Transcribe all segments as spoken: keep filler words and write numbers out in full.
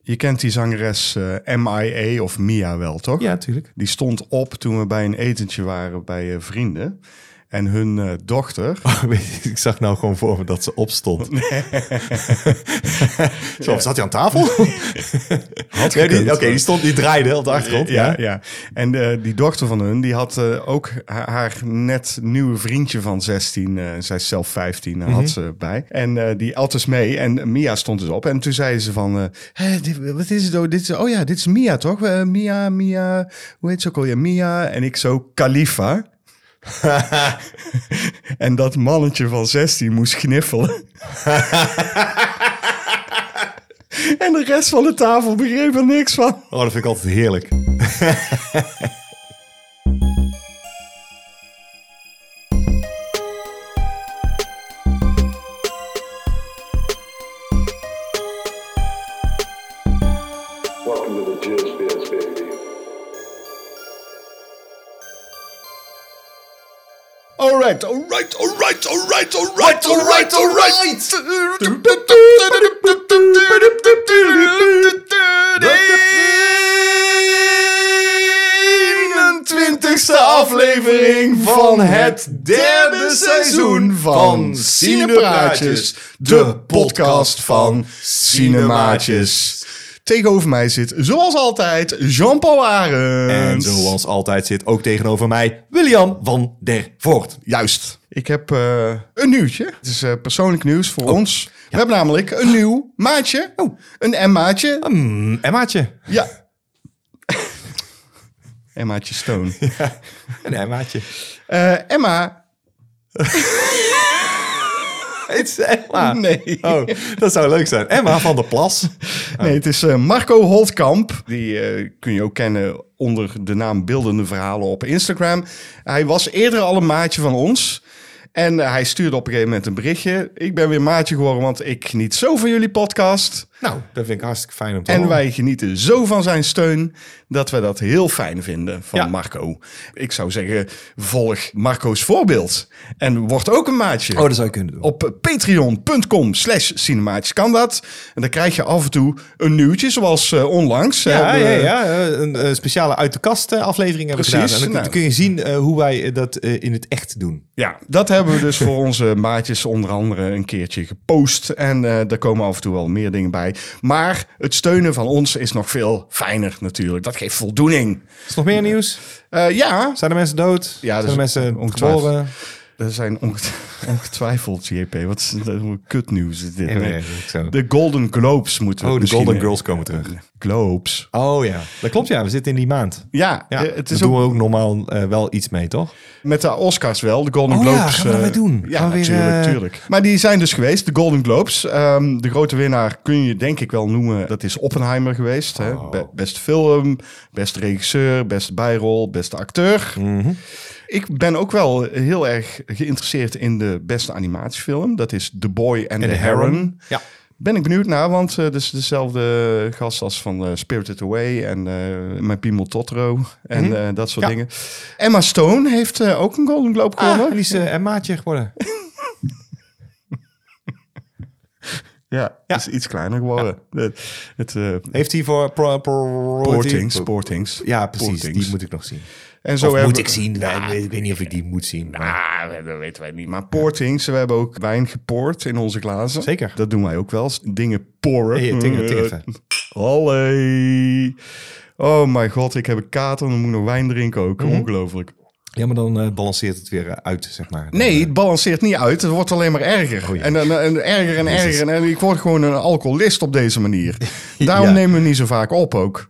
Je kent die zangeres uh, M I A of Mia wel, toch? Ja, natuurlijk. Die stond op toen we bij een etentje waren bij uh, vrienden. En hun uh, dochter... Oh, ik zag nou gewoon voor me dat ze opstond. Nee. Zo, zat hij aan tafel? Had ja, Oké, okay, die stond, die draaide op de achtergrond. Ja, ja. ja. En uh, die dochter van hun, die had uh, ook haar, haar net nieuwe vriendje van zestien. Uh, zij is zelf vijftien, uh, mm-hmm. had ze bij. En uh, die at dus mee. En Mia stond dus op. En toen zei ze van... Uh, hey, dit, wat is het? Oh, dit is, oh ja, dit is Mia, toch? Uh, Mia, Mia... Hoe heet ze ook alweer? Mia. En ik zo, Khalifa. En dat mannetje van zestien moest gniffelen. En de rest van de tafel begreep er niks van. Oh, dat vind ik altijd heerlijk. Welcome to the Jizz Biz, baby. Alright, alright, alright, alright, alright, alright, alright. eenentwintigste aflevering van het derde seizoen van Cinepraatjes, de podcast van Cinemaatjes. Tegenover mij zit, zoals altijd, Jean-Paul Arends. En zoals altijd zit ook tegenover mij William van der Voort. Juist. Ik heb uh, een nieuwtje. Het is uh, persoonlijk nieuws voor oh, ons. Ja. We hebben namelijk een nieuw maatje. Oh. Een M-maatje. Een M-maatje. Ja. M-maatje Stone. Ja, een M-maatje. Uh, Emma... Het is Emma. Nee. Oh, dat zou leuk zijn. Emma van der Plas. Oh. Nee, het is uh, Marco Holtkamp. Die uh, kun je ook kennen onder de naam Beeldende Verhalen op Instagram. Hij was eerder al een maatje van ons. En uh, hij stuurde op een gegeven moment een berichtje. Ik ben weer maatje geworden, want ik geniet zo van jullie podcast. Nou, dat vind ik hartstikke fijn om te En horen. wij genieten zo van zijn steun dat we dat heel fijn vinden van ja. Marco. Ik zou zeggen, volg Marco's voorbeeld. En word ook een maatje. Oh, dat zou je kunnen doen. Op patreon.com slash cinemaatjes kan dat. En dan krijg je af en toe een nieuwtje, zoals uh, onlangs. Ja, hè, ja, ja, een, een speciale uit de kast aflevering hebben we Precies, gedaan. En dan nou. kun je zien uh, hoe wij dat uh, in het echt doen. Ja, dat hebben we dus voor onze maatjes onder andere een keertje gepost. En uh, daar komen af en toe wel meer dingen bij. Maar het steunen van ons is nog veel fijner natuurlijk. Dat geeft voldoening. Is er nog meer nieuws? Uh, ja. Zijn er mensen dood? Ja, zijn er mensen geboren? Er zijn onget- ongetwijfeld, J P. Wat is dat? Kutnieuws is dit? Nee, Nee. nee, zo. De Golden Globes moeten we Oh, de misschien- Golden Girls komen terug. Globes. Oh ja, dat klopt ja. We zitten in die maand. Ja, Ja, het is daar ook doen we ook normaal uh, wel iets mee, toch? met de Oscars wel. De Golden Oh ja, Globes. gaan we dat uh, weer doen? Ja, Gaan we weer, natuurlijk, uh, tuurlijk. Maar die zijn dus geweest, de Golden Globes. Um, de grote winnaar kun je denk ik wel noemen. Dat is Oppenheimer geweest. Hè? Oh. Be- beste film, beste regisseur, beste bijrol, beste acteur. Mm-hmm. Ik ben ook wel heel erg geïnteresseerd in de beste animatiefilm. Dat is The Boy and, the, the Heron. Heron. Ja. Ben ik benieuwd naar, want uh, dat is dezelfde gast als van uh, Spirited Away en uh, Mijn Piemel Totoro en Mm-hmm. uh, dat soort Ja. dingen. Emma Stone heeft uh, ook een Golden Globe Ah, gewonnen. die is uh, een maatje geworden. Ja, Ja. is iets kleiner geworden. Het, het, uh, Heeft hij voor... Pro, pro, Portings, Portings. Ja, precies. Portings. Die moet ik nog zien. En zo Of hebben moet we- ik zien? Nou, Nee, ik weet niet of ik die moet zien. Maar... Nou, dat weten wij niet. Maar Portings, we hebben ook wijn gepoord in onze glazen. Zeker. Dat doen wij ook wel. Dingen poren. Hey, ting, ting even. Allee. Oh mijn god, ik heb een kater en dan moet ik nog wijn drinken ook. Mm-hmm. Ongelooflijk. Ja, maar dan uh, balanceert het weer uh, uit, zeg maar. Nee, het balanceert niet uit. Het wordt alleen maar erger. Oh, ja. en, en, en erger en Jezus. erger. En ik word gewoon een alcoholist op deze manier. Daarom Ja. nemen we niet zo vaak op ook.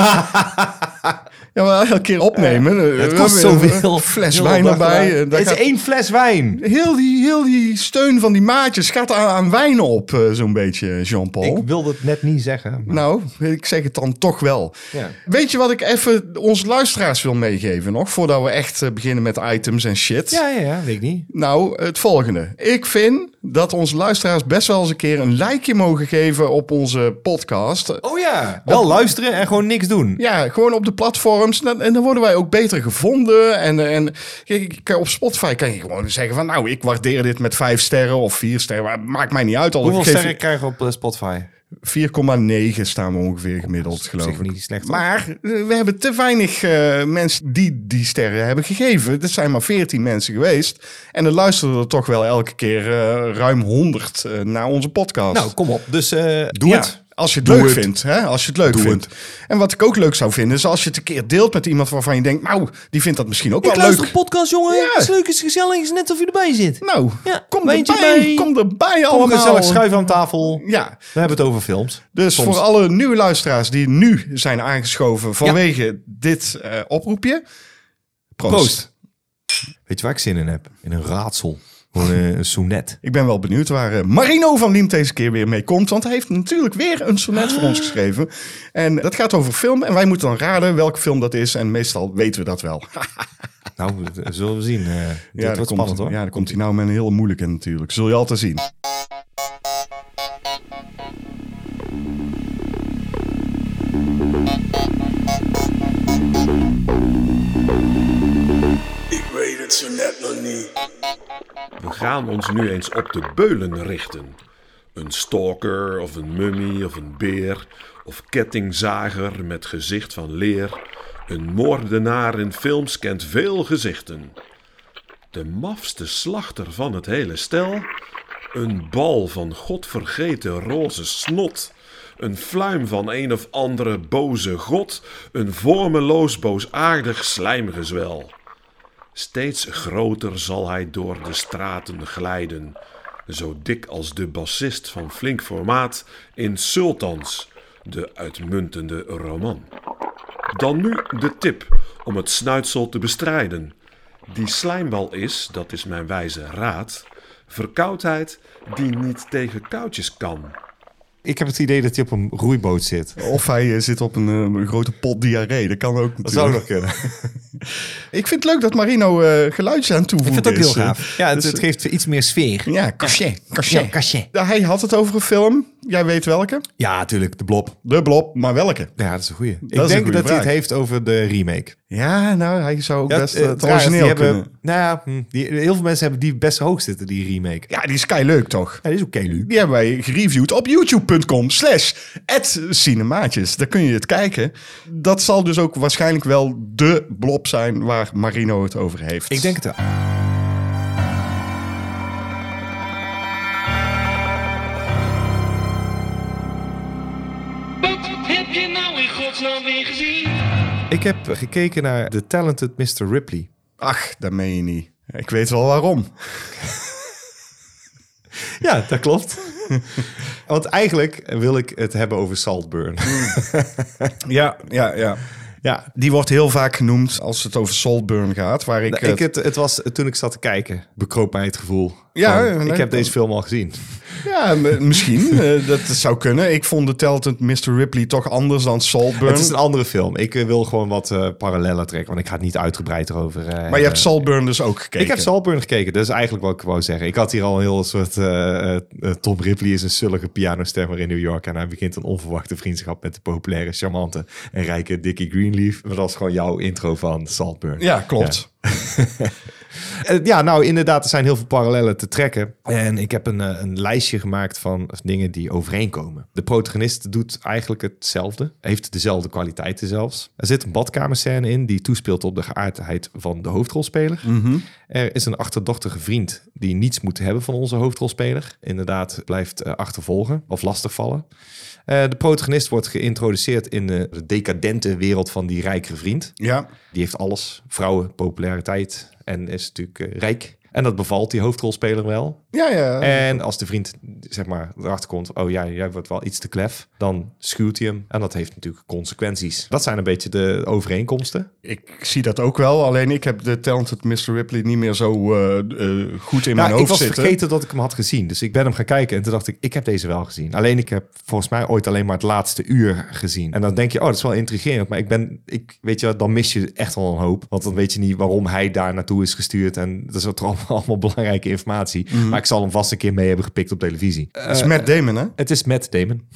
Ja, maar elke keer opnemen. Uh, het We kost hebben zoveel. Een fles Heel wijn dag erbij. erbij. Daar Het is gaat- één fles wijn. heel, die, heel die steun van die maatjes gaat aan, aan wijn op, uh, zo'n beetje, Jean-Paul. Ik wilde het net niet zeggen. Maar... Nou, ik zeg het dan toch wel. Ja. Weet je wat ik even onze luisteraars wil meegeven nog? Voordat we echt uh, beginnen met items en shit. Ja, ja, ja, weet ik niet. Nou, het volgende. Ik vind dat onze luisteraars best wel eens een keer een likeje mogen geven op onze podcast. Oh ja, wel luisteren en gewoon niks doen. Ja, gewoon op de platform platforms. En, en dan worden wij ook beter gevonden. En, en kijk, op Spotify kan je gewoon zeggen van... nou, ik waardeer dit met vijf sterren of vier sterren. Maar maakt mij niet uit. Al Hoeveel geef sterren je- krijgen we op uh, Spotify? vier komma negen staan we ongeveer gemiddeld, geloof Zeg ik. niet slecht. hoor. Maar uh, we hebben te weinig uh, mensen die die sterren hebben gegeven. Er zijn maar veertien mensen geweest. En er luisteren er toch wel elke keer uh, ruim honderd uh, naar onze podcast. Nou, kom op. Dus uh, doe Ja, het. als je het Doe leuk het. vindt. Hè? Als je het leuk Doe vindt. En wat ik ook leuk zou vinden, is als je het een keer deelt met iemand waarvan je denkt... nou, die vindt dat misschien ook Ik wel luister leuk. een podcast, jongen. Ja. Het is leuk, het is gezellig. Het is net of je erbij zit. Nou, Ja, kom wijntje erbij. bij. Kom erbij Kom allemaal. gezellig schuiven aan tafel. Ja, We hebben het over films. dus Soms. voor alle nieuwe luisteraars die nu zijn aangeschoven vanwege dit uh, oproepje. Proost. Proost. Weet je waar ik zin in heb? In een raadsel. Gewoon uh, een sonnet. Ik ben wel benieuwd waar uh, Marino van Liemt deze keer weer mee komt. Want hij heeft natuurlijk weer een sonnet voor ons geschreven. En dat gaat over film. En wij moeten dan raden welke film dat is. En meestal weten we dat wel. Nou, dat zullen we zien. Uh, Ja, dat dan wordt komt, spannend hoor. ja, dan komt hij nou met een hele moeilijke natuurlijk. Zul je altijd zien. Ik weet het zo net nog niet. We gaan ons nu eens op de beulen richten. Een stalker of een mummie of een beer of kettingzager met gezicht van leer. Een moordenaar in films kent veel gezichten. De mafste slachter van het hele stel. Een bal van godvergeten roze snot. Een fluim van een of andere boze god. Een vormeloos boosaardig slijmgezwel. Steeds groter zal hij door de straten glijden, zo dik als de bassist van flink formaat in Sultans, de uitmuntende roman. Dan nu de tip om het snuitsel te bestrijden. Die slijmbal is, dat is mijn wijze raad, verkoudheid die niet tegen koudjes kan. Ik heb het idee dat hij op een roeiboot zit. Of hij uh, zit op een uh, grote pot diarree. Dat kan ook natuurlijk. Dat zou nog kunnen. Ik vind het leuk dat Marino uh, geluidjes aan Ik toevoegt. vind het ook heel is, uh, gaaf. Ja, het, dus, het geeft iets meer sfeer. Ja, cachet. Cachet. Ja, cachet. Ja, hij had het over een film. Jij weet welke? Ja, natuurlijk. De Blob. De Blob, maar welke? Ja, dat is een goeie. Ik een denk goeie dat hij vraag. het heeft over de remake. Ja, nou, hij zou ook Ja, best eh, uh, het trouwens, origineel die kunnen. hebben, nou ja, hm, die, heel veel mensen hebben die best hoog zitten, die remake. Ja, die is kei leuk toch? Ja, die is oké, Luc. Die hebben wij gereviewd op youtube.com slash at cinemaatjes. Daar kun je het kijken. Dat zal dus ook waarschijnlijk wel de Blob zijn waar Marino het over heeft. Ik denk het wel. Wat heb je nou in godsnaam weer gezien? Ik heb gekeken naar The Talented mister Ripley. Ach, dat meen je niet. Ik weet wel waarom. Ja, dat klopt. Want eigenlijk wil ik het hebben over Saltburn. Ja, ja, ja. Ja, Die wordt heel vaak genoemd als het over Saltburn gaat. Waar ik, ik, het, het was toen ik zat te kijken, bekroop mij het gevoel. Ja, van, nee, ik heb dat- deze film al gezien. Ja, m- misschien. uh, dat zou kunnen. Ik vond de Talented mister Ripley toch anders dan Saltburn. Het is een andere film. Ik eh, wil gewoon wat uh, parallellen trekken, want ik ga het niet uitgebreid erover. Uh, Maar je hebt Saltburn dus ook gekeken. Ik heb Saltburn gekeken. Dat is eigenlijk wat ik wou zeggen. Ik had hier al een heel soort... Uh, uh, Tom Ripley is een zullige pianostemmer in New York. En hij begint een onverwachte vriendschap met de populaire, charmante en rijke Dickie Greenleaf. Maar dat is gewoon jouw intro van Saltburn. Ja, klopt. Uh, ja, nou inderdaad, er zijn heel veel parallellen te trekken. En ik heb een, uh, een lijstje gemaakt van dingen die overeenkomen. De protagonist doet eigenlijk hetzelfde. Heeft dezelfde kwaliteiten zelfs. Er zit een badkamerscène in die toespeelt op de geaardheid van de hoofdrolspeler. Mm-hmm. Er is een achterdochtige vriend die niets moet hebben van onze hoofdrolspeler. Inderdaad blijft uh, achtervolgen of lastigvallen. Uh, de protagonist wordt geïntroduceerd in de decadente wereld van die rijkere vriend. Ja. Die heeft alles. Vrouwen, populariteit en is natuurlijk uh, rijk. En dat bevalt die hoofdrolspeler wel. Ja, ja. En als de vriend, zeg maar, erachter komt... oh ja, jij wordt wel iets te klef, dan schuwt hij hem. En dat heeft natuurlijk consequenties. Dat zijn een beetje de overeenkomsten. Ik zie dat ook wel. Alleen ik heb de Talented mister Ripley niet meer zo uh, uh, goed in mijn Ja, hoofd ik was zitten. vergeten dat ik hem had gezien. Dus ik ben hem gaan kijken en toen dacht ik, ik heb deze wel gezien. Alleen ik heb volgens mij ooit alleen maar het laatste uur gezien. En dan denk je, oh, dat is wel intrigerend. Maar ik ben, ik, weet je, dan mis je echt wel een hoop. Want dan weet je niet waarom hij daar naartoe is gestuurd. En er is toch allemaal allemaal belangrijke informatie. Mm-hmm. Maar ik zal hem vast een keer mee hebben gepikt op televisie. Het is Matt Damon, hè? Het is Matt Damon.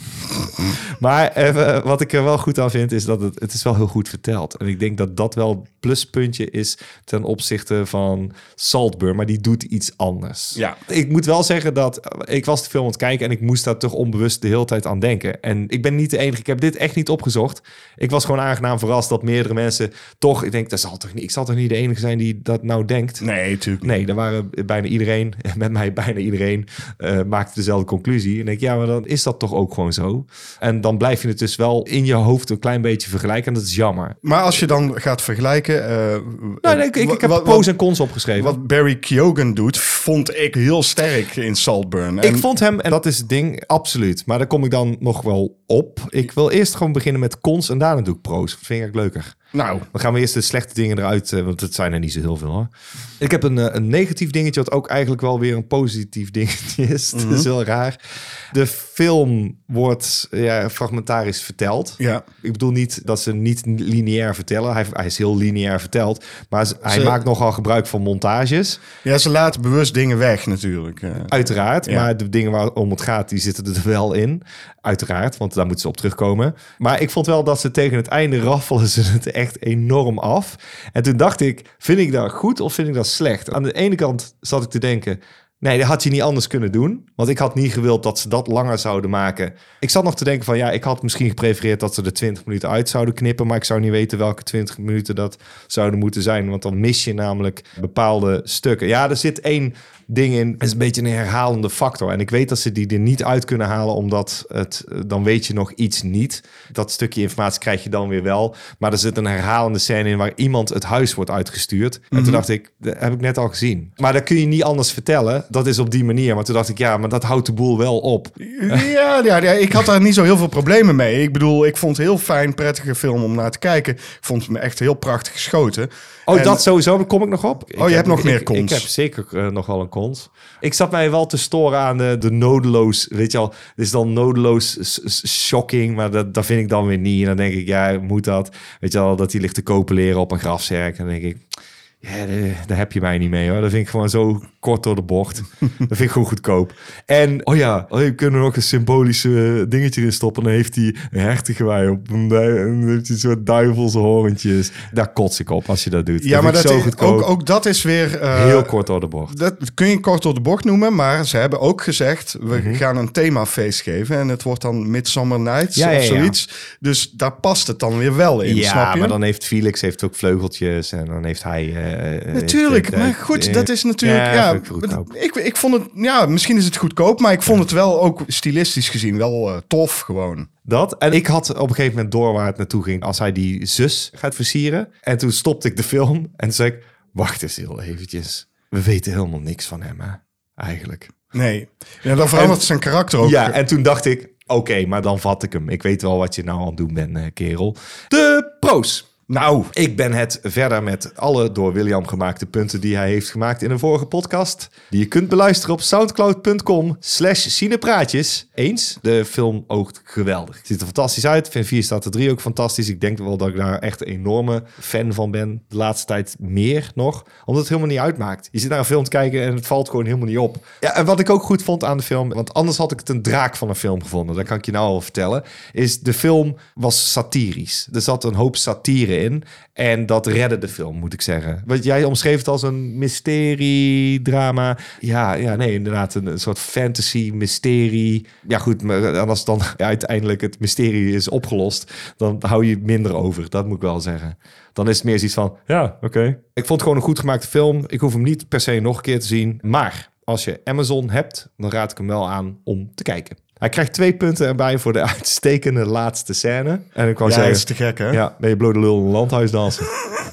Maar even, wat ik er wel goed aan vind, is dat het, het is wel heel goed verteld. En ik denk dat dat wel een pluspuntje is ten opzichte van Saltburn. Maar die doet iets anders. Ja. Ik moet wel zeggen dat ik was de film aan het kijken en ik moest daar toch onbewust de hele tijd aan denken. En ik ben niet de enige. Ik heb dit echt niet opgezocht. Ik was gewoon aangenaam verrast dat meerdere mensen toch... Ik denk, dat zal toch niet, ik zal toch niet de enige zijn die dat nou denkt? Nee, natuurlijk niet. Nee, er waren bijna iedereen, met mij bijna iedereen, uh, maakte dezelfde conclusie. En ik denk, ja, maar dan is dat toch ook gewoon zo. En dan blijf je het dus wel in je hoofd een klein beetje vergelijken. En dat is jammer. Maar als je dan gaat vergelijken... Uh, nou, nee, ik, ik, ik heb wat, pros en cons opgeschreven. Wat Barry Keoghan doet, vond ik heel sterk in Saltburn. En... Ik vond hem, en dat is het ding, absoluut. Maar daar kom ik dan nog wel op. Ik wil eerst gewoon beginnen met cons en daarna doe ik pros. Dat vind ik echt leuker. Nou, dan gaan we eerst de slechte dingen eruit, want het zijn er niet zo heel veel hoor. Ik heb een, een negatief dingetje, wat ook eigenlijk wel weer een positief dingetje is. Mm-hmm. Dat is heel raar. De film wordt ja, fragmentarisch verteld. Ja. Ik bedoel niet dat ze niet lineair vertellen. Hij, hij is heel lineair verteld. Maar ze, hij ze, maakt nogal gebruik van montages. Ja, ze laten bewust dingen weg natuurlijk. Uiteraard. Ja. Maar de dingen waarom het gaat, die zitten er wel in. Uiteraard, want daar moeten ze op terugkomen. Maar ik vond wel dat ze tegen het einde raffelen ze het echt enorm af. En toen dacht ik, vind ik dat goed of vind ik dat slecht? Aan de ene kant zat ik te denken... Nee, dat had je niet anders kunnen doen. Want ik had niet gewild dat ze dat langer zouden maken. Ik zat nog te denken van... ja, ik had misschien geprefereerd dat ze er twintig minuten uit zouden knippen. Maar ik zou niet weten welke twintig minuten dat zouden moeten zijn. Want dan mis je namelijk bepaalde stukken. Ja, er zit één ding in. Het is een beetje een herhalende factor. En ik weet dat ze die er niet uit kunnen halen. Omdat het, dan weet je nog iets niet. Dat stukje informatie krijg je dan weer wel. Maar er zit een herhalende scène in... waar iemand het huis wordt uitgestuurd. Mm-hmm. En toen dacht ik, dat heb ik net al gezien. Maar dat kun je niet anders vertellen... Dat is op die manier. Maar toen dacht ik, ja, maar dat houdt de boel wel op. Ja, ja, ja, ik had daar niet zo heel veel problemen mee. Ik bedoel, ik vond het heel fijn, prettige film om naar te kijken. Ik vond het echt heel prachtig geschoten. Oh, en... dat sowieso, daar kom ik nog op. Ik oh, je heb, hebt nog ik, meer cons. Ik, ik heb zeker uh, nog wel een cons. Ik zat mij wel te storen aan de, de nodeloos, weet je al, dit is dan nodeloos shocking, maar dat, dat vind ik dan weer niet. En dan denk ik, ja, moet dat? Weet je al, dat die ligt te kopuleren op een grafzerk. En dan denk ik... Ja, daar heb je mij niet mee hoor. Dat vind ik gewoon zo kort door de bocht. Dat vind ik gewoon goedkoop. En, oh ja, oh, je kunt er nog een symbolische dingetje in stoppen. Dan heeft hij een hertengewei op. En dan heeft hij soort duivelse horentjes. Daar kots ik op als je dat doet. Ja, dat maar dat zo is, goedkoop. ook, ook dat is weer... Uh, heel kort door de bocht. Dat kun je kort door de bocht noemen. Maar ze hebben ook gezegd... we mm-hmm. gaan een themafeest geven. En het wordt dan Midsummer Nights ja, of ja, zoiets. Ja. Dus daar past het dan weer wel in, ja, snap je? Maar dan heeft Felix heeft ook vleugeltjes. En dan heeft hij... Uh, Natuurlijk, heeft, uh, maar goed, uh, dat is natuurlijk... Ja, ja ik, ik vond het... Ja, misschien is het goedkoop... maar ik vond het wel ook stilistisch gezien wel uh, tof gewoon. Dat. En ik had op een gegeven moment door waar het naartoe ging... als hij die zus gaat versieren. En toen stopte ik de film en toen zei ik... wacht eens heel eventjes. We weten helemaal niks van hem, hè? Eigenlijk. Nee. Ja, dan verandert en, zijn karakter ook. Ja, en toen dacht ik... oké, okay, maar dan vat ik hem. Ik weet wel wat je nou aan het doen bent, kerel. De pro's. Nou, ik ben het verder met alle door William gemaakte punten die hij heeft gemaakt in een vorige podcast. Die je kunt beluisteren op soundcloud.com slash cinepraatjes. Eens, de film oogt geweldig. Het ziet er fantastisch uit. Vind vier staat er drie ook fantastisch. Ik denk wel dat ik daar echt een enorme fan van ben. De laatste tijd meer nog. Omdat het helemaal niet uitmaakt. Je zit naar een film te kijken en het valt gewoon helemaal niet op. Ja, en wat ik ook goed vond aan de film, want anders had ik het een draak van een film gevonden. Dat kan ik je nou al vertellen. Is de film was satirisch. Er zat een hoop satire in. En dat redde de film, moet ik zeggen. Want jij omschreef het als een mysterie-drama. Ja, ja, nee, inderdaad. Een, een soort fantasy-mysterie. Ja, goed, maar als dan uiteindelijk het mysterie is opgelost, dan hou je minder over. Dat moet ik wel zeggen. Dan is het meer zoiets van, ja, oké. Okay. Ik vond het gewoon een goed gemaakte film. Ik hoef hem niet per se nog een keer te zien. Maar als je Amazon hebt, dan raad ik hem wel aan om te kijken. Hij krijgt twee punten erbij voor de uitstekende laatste scène. En ik wou ja, zeggen, is te gek, hè? Ja, ben je blote lul in een landhuis dansen.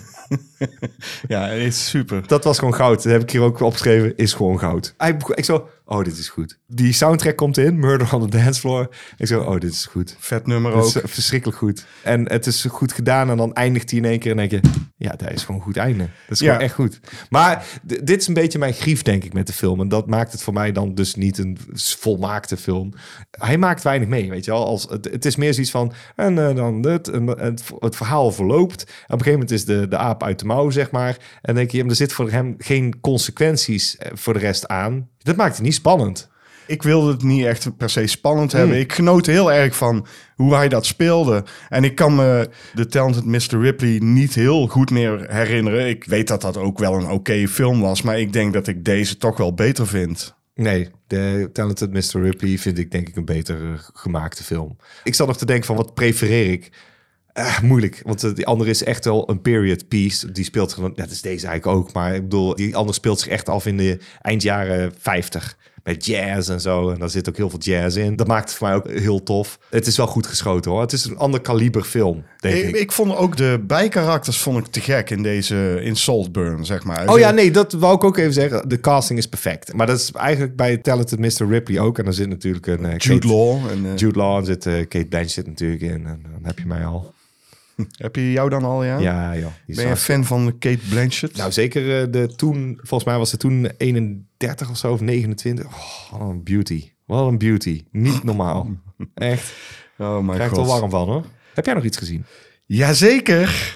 Ja, het is super. Dat was gewoon goud. Dat heb ik hier ook opgeschreven. Is gewoon goud. Hij, ik zo, oh, dit is goed. Die soundtrack komt in. Murder on the Dance Floor. Ik zo, oh, dit is goed. Vet nummer dit ook. Is verschrikkelijk goed. En het is goed gedaan. En dan eindigt hij in één keer en denk je, Ja, dat is gewoon een goed einde. Dat is Ja. gewoon echt goed. Maar d- dit is een beetje mijn grief, denk ik, met de film. En dat maakt het voor mij dan dus niet een volmaakte film. Hij maakt weinig mee, weet je wel. Als, het, het is meer zoiets van... En uh, dan dit, en het, het verhaal verloopt. En op een gegeven moment is de, de aap uit de mouw, zeg maar. En dan denk je, er zit voor hem geen consequenties voor de rest aan. Dat maakt het niet spannend. Ik wilde het niet echt per se spannend hebben. Hmm. Ik genoot heel erg van hoe hij dat speelde. En ik kan me de Talented mister Ripley niet heel goed meer herinneren. Ik weet dat dat ook wel een oké film was. Maar ik denk dat ik deze toch wel beter vind. Nee, de Talented mister Ripley vind ik denk ik een beter uh, gemaakte film. Ik zat nog te denken van wat prefereer ik? Uh, moeilijk, want uh, die andere is echt wel een period piece. Die speelt gewoon, dat is deze eigenlijk ook. Maar ik bedoel, die andere speelt zich echt af in de eind jaren vijftig. Met jazz en zo. En daar zit ook heel veel jazz in. Dat maakt het voor mij ook heel tof. Het is wel goed geschoten hoor. Het is een ander kaliber film, denk ik. Ik, ik vond ook de bijkarakters vond ik te gek in deze in Saltburn, zeg maar. Oh ja, nee, dat wou ik ook even zeggen. De casting is perfect. Maar dat is eigenlijk bij Talented mister Ripley ook. En dan zit natuurlijk een... Uh, Jude Kate, Law. En, uh, Jude Law en zit uh, Kate Blanchett natuurlijk in. En dan heb je mij al. Heb je jou dan al, ja? Ja, ja. Die Ben je een zag- fan van Kate Blanchett? Nou, zeker uh, de toen... Volgens mij was het toen eenendertig of zo, of negenentwintig. Oh, wat een beauty. Wat een beauty. Niet normaal. Echt. Oh mijn Krijg god. er al warm van, hoor. Heb jij nog iets gezien? Jazeker.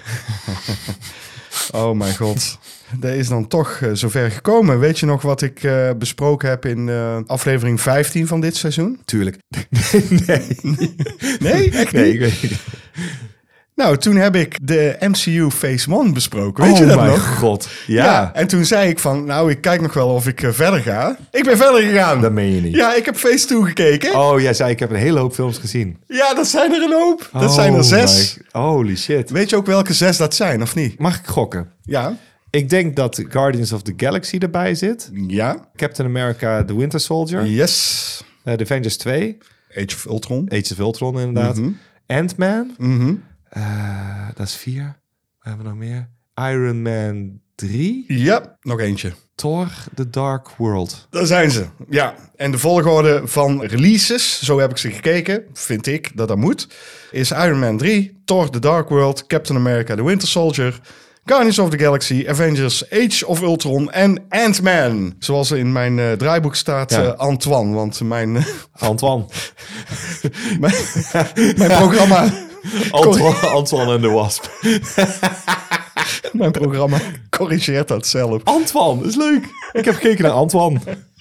Oh mijn god. Dat is dan toch uh, zover gekomen. Weet je nog wat ik uh, besproken heb in uh, aflevering vijftien van dit seizoen? Tuurlijk. Nee? Echt Nee, niet? ik weet niet. Nou, toen heb ik de M C U Phase one besproken. Weet je oh dat mijn nog? god. Ja. En toen zei ik van, nou, ik kijk nog wel of ik uh, verder ga. Ik ben verder gegaan. Dat meen je niet. Ja, ik heb Phase two gekeken. Oh, jij zei ik heb een hele hoop films gezien. Ja, dat zijn er een hoop. Dat Oh zijn er zes. my- Holy shit. Weet je ook welke zes dat zijn, of niet? Mag ik gokken? Ja. Ik denk dat Guardians of the Galaxy erbij zit. Ja. Captain America The Winter Soldier. Yes. Uh, The Avengers twee. Age of Ultron. Age of Ultron inderdaad. Mhm. Ant-Man. Mhm. Uh, dat is vier. Wat hebben we nog meer? Iron Man drie. Ja, nog eentje. Thor The Dark World. Daar zijn ze. Ja, en de volgorde van releases, zo heb ik ze gekeken, vind ik dat dat moet, is Iron Man drie, Thor The Dark World, Captain America The Winter Soldier, Guardians of the Galaxy, Avengers, Age of Ultron en Ant-Man. Zoals in mijn uh, draaiboek staat, Ja. uh, Antoine, want mijn, uh, Antoine. mijn, mijn programma... Antoine, Antoine en de Wasp. Mijn programma corrigeert dat zelf. Antoine, dat is leuk. Ik heb gekeken naar Antoine.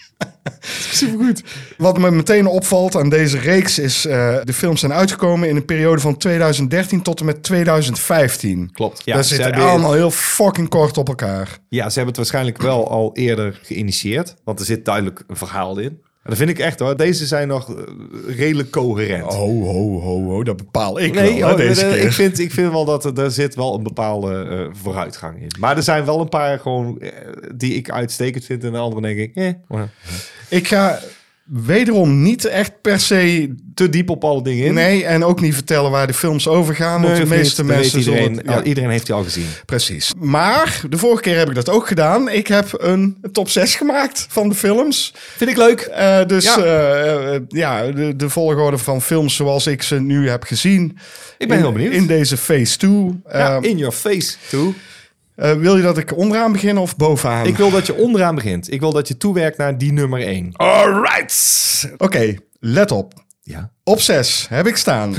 Supergoed. Wat me meteen opvalt aan deze reeks is... Uh, de films zijn uitgekomen in een periode van twintig dertien tot en met twintig vijftien. Klopt. Ja, Daar ze zitten hebben- allemaal heel fucking kort op elkaar. Ja, ze hebben het waarschijnlijk wel al eerder geïnitieerd. Want er zit duidelijk een verhaal in. En dat vind ik echt hoor. Deze zijn nog uh, redelijk coherent. Ho, ho, ho, ho. Dat bepaal ik Nee, wel, hè, oh, deze eh, keer. ik, vind, ik vind wel dat er, er zit wel een bepaalde uh, vooruitgang in. Maar er zijn wel een paar gewoon uh, die ik uitstekend vind. En de andere denk ik, eh. maar Ik ga wederom niet echt per se... te diep op alle dingen in. Nee, en ook niet vertellen waar de films over gaan. Nee, want de dat meeste niet. Dat mensen weet iedereen, zullen... het- ja, iedereen heeft die al gezien. precies. Maar de vorige keer heb ik dat ook gedaan. Ik heb een top zes gemaakt van de films. Vind ik leuk. Uh, dus Ja. ja, ja de, de volgorde van films zoals ik ze nu heb gezien. Ik ben in, heel benieuwd. In deze phase two. Ja, Uh, in your face, toe. uh, wil je dat ik onderaan begin of bovenaan? Ik wil dat je onderaan begint. Ik wil dat je toewerkt naar die nummer één. Alright. Oké, okay, let op. Ja. Op zes heb ik staan.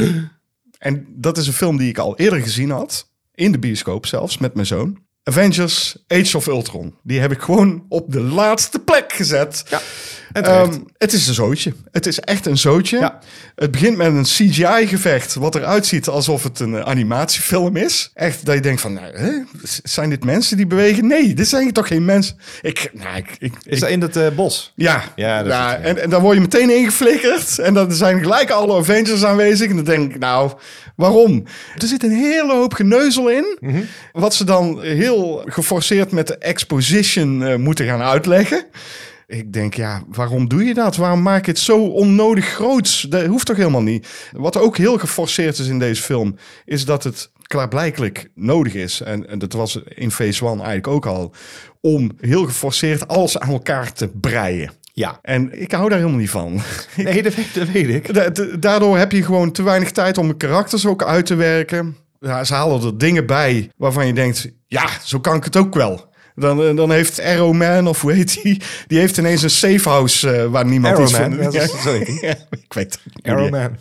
En dat is een film die ik al eerder gezien had. In de bioscoop zelfs, met mijn zoon. Avengers Age of Ultron. Die heb ik gewoon op de laatste plek gezet. Ja, en terecht. Um, het is een zootje. Het is echt een zootje. Ja. Het begint met een C G I-gevecht... wat eruit ziet alsof het een uh, animatiefilm is. Echt dat je denkt van... Nou, hè? Zijn dit mensen die bewegen? Nee, dit zijn toch geen mensen? Ik, nou, ik, ik, Is ik- dat in het uh, bos? ja, Ja, dat is ja, het, ja. En, en dan word je meteen ingeflikkerd. En dan zijn gelijk alle Avengers aanwezig. En dan denk ik, nou, waarom? Er zit een hele hoop geneuzel in. Mhm. Wat ze dan heel geforceerd met de exposition uh, moeten gaan uitleggen. Ik denk, ja, waarom doe je dat? Waarom maak je het zo onnodig groots? Dat hoeft toch helemaal niet? Wat ook heel geforceerd is in deze film... is dat het klaarblijkelijk nodig is. En, en dat was in Phase one eigenlijk ook al... om heel geforceerd alles aan elkaar te breien. Ja. En ik hou daar helemaal niet van. Nee, dat weet, dat weet ik. Da- da- Daardoor heb je gewoon te weinig tijd om de karakters ook uit te werken. ja, ze halen er dingen bij waarvan je denkt, ja, zo kan ik het ook wel. Dan, dan heeft Arrow Man, of hoe heet die, die heeft ineens een safehouse uh, waar niemand Arrow iets Man, van... ja, dat is- sorry. Ja, ik weet het niet. Arrow Man.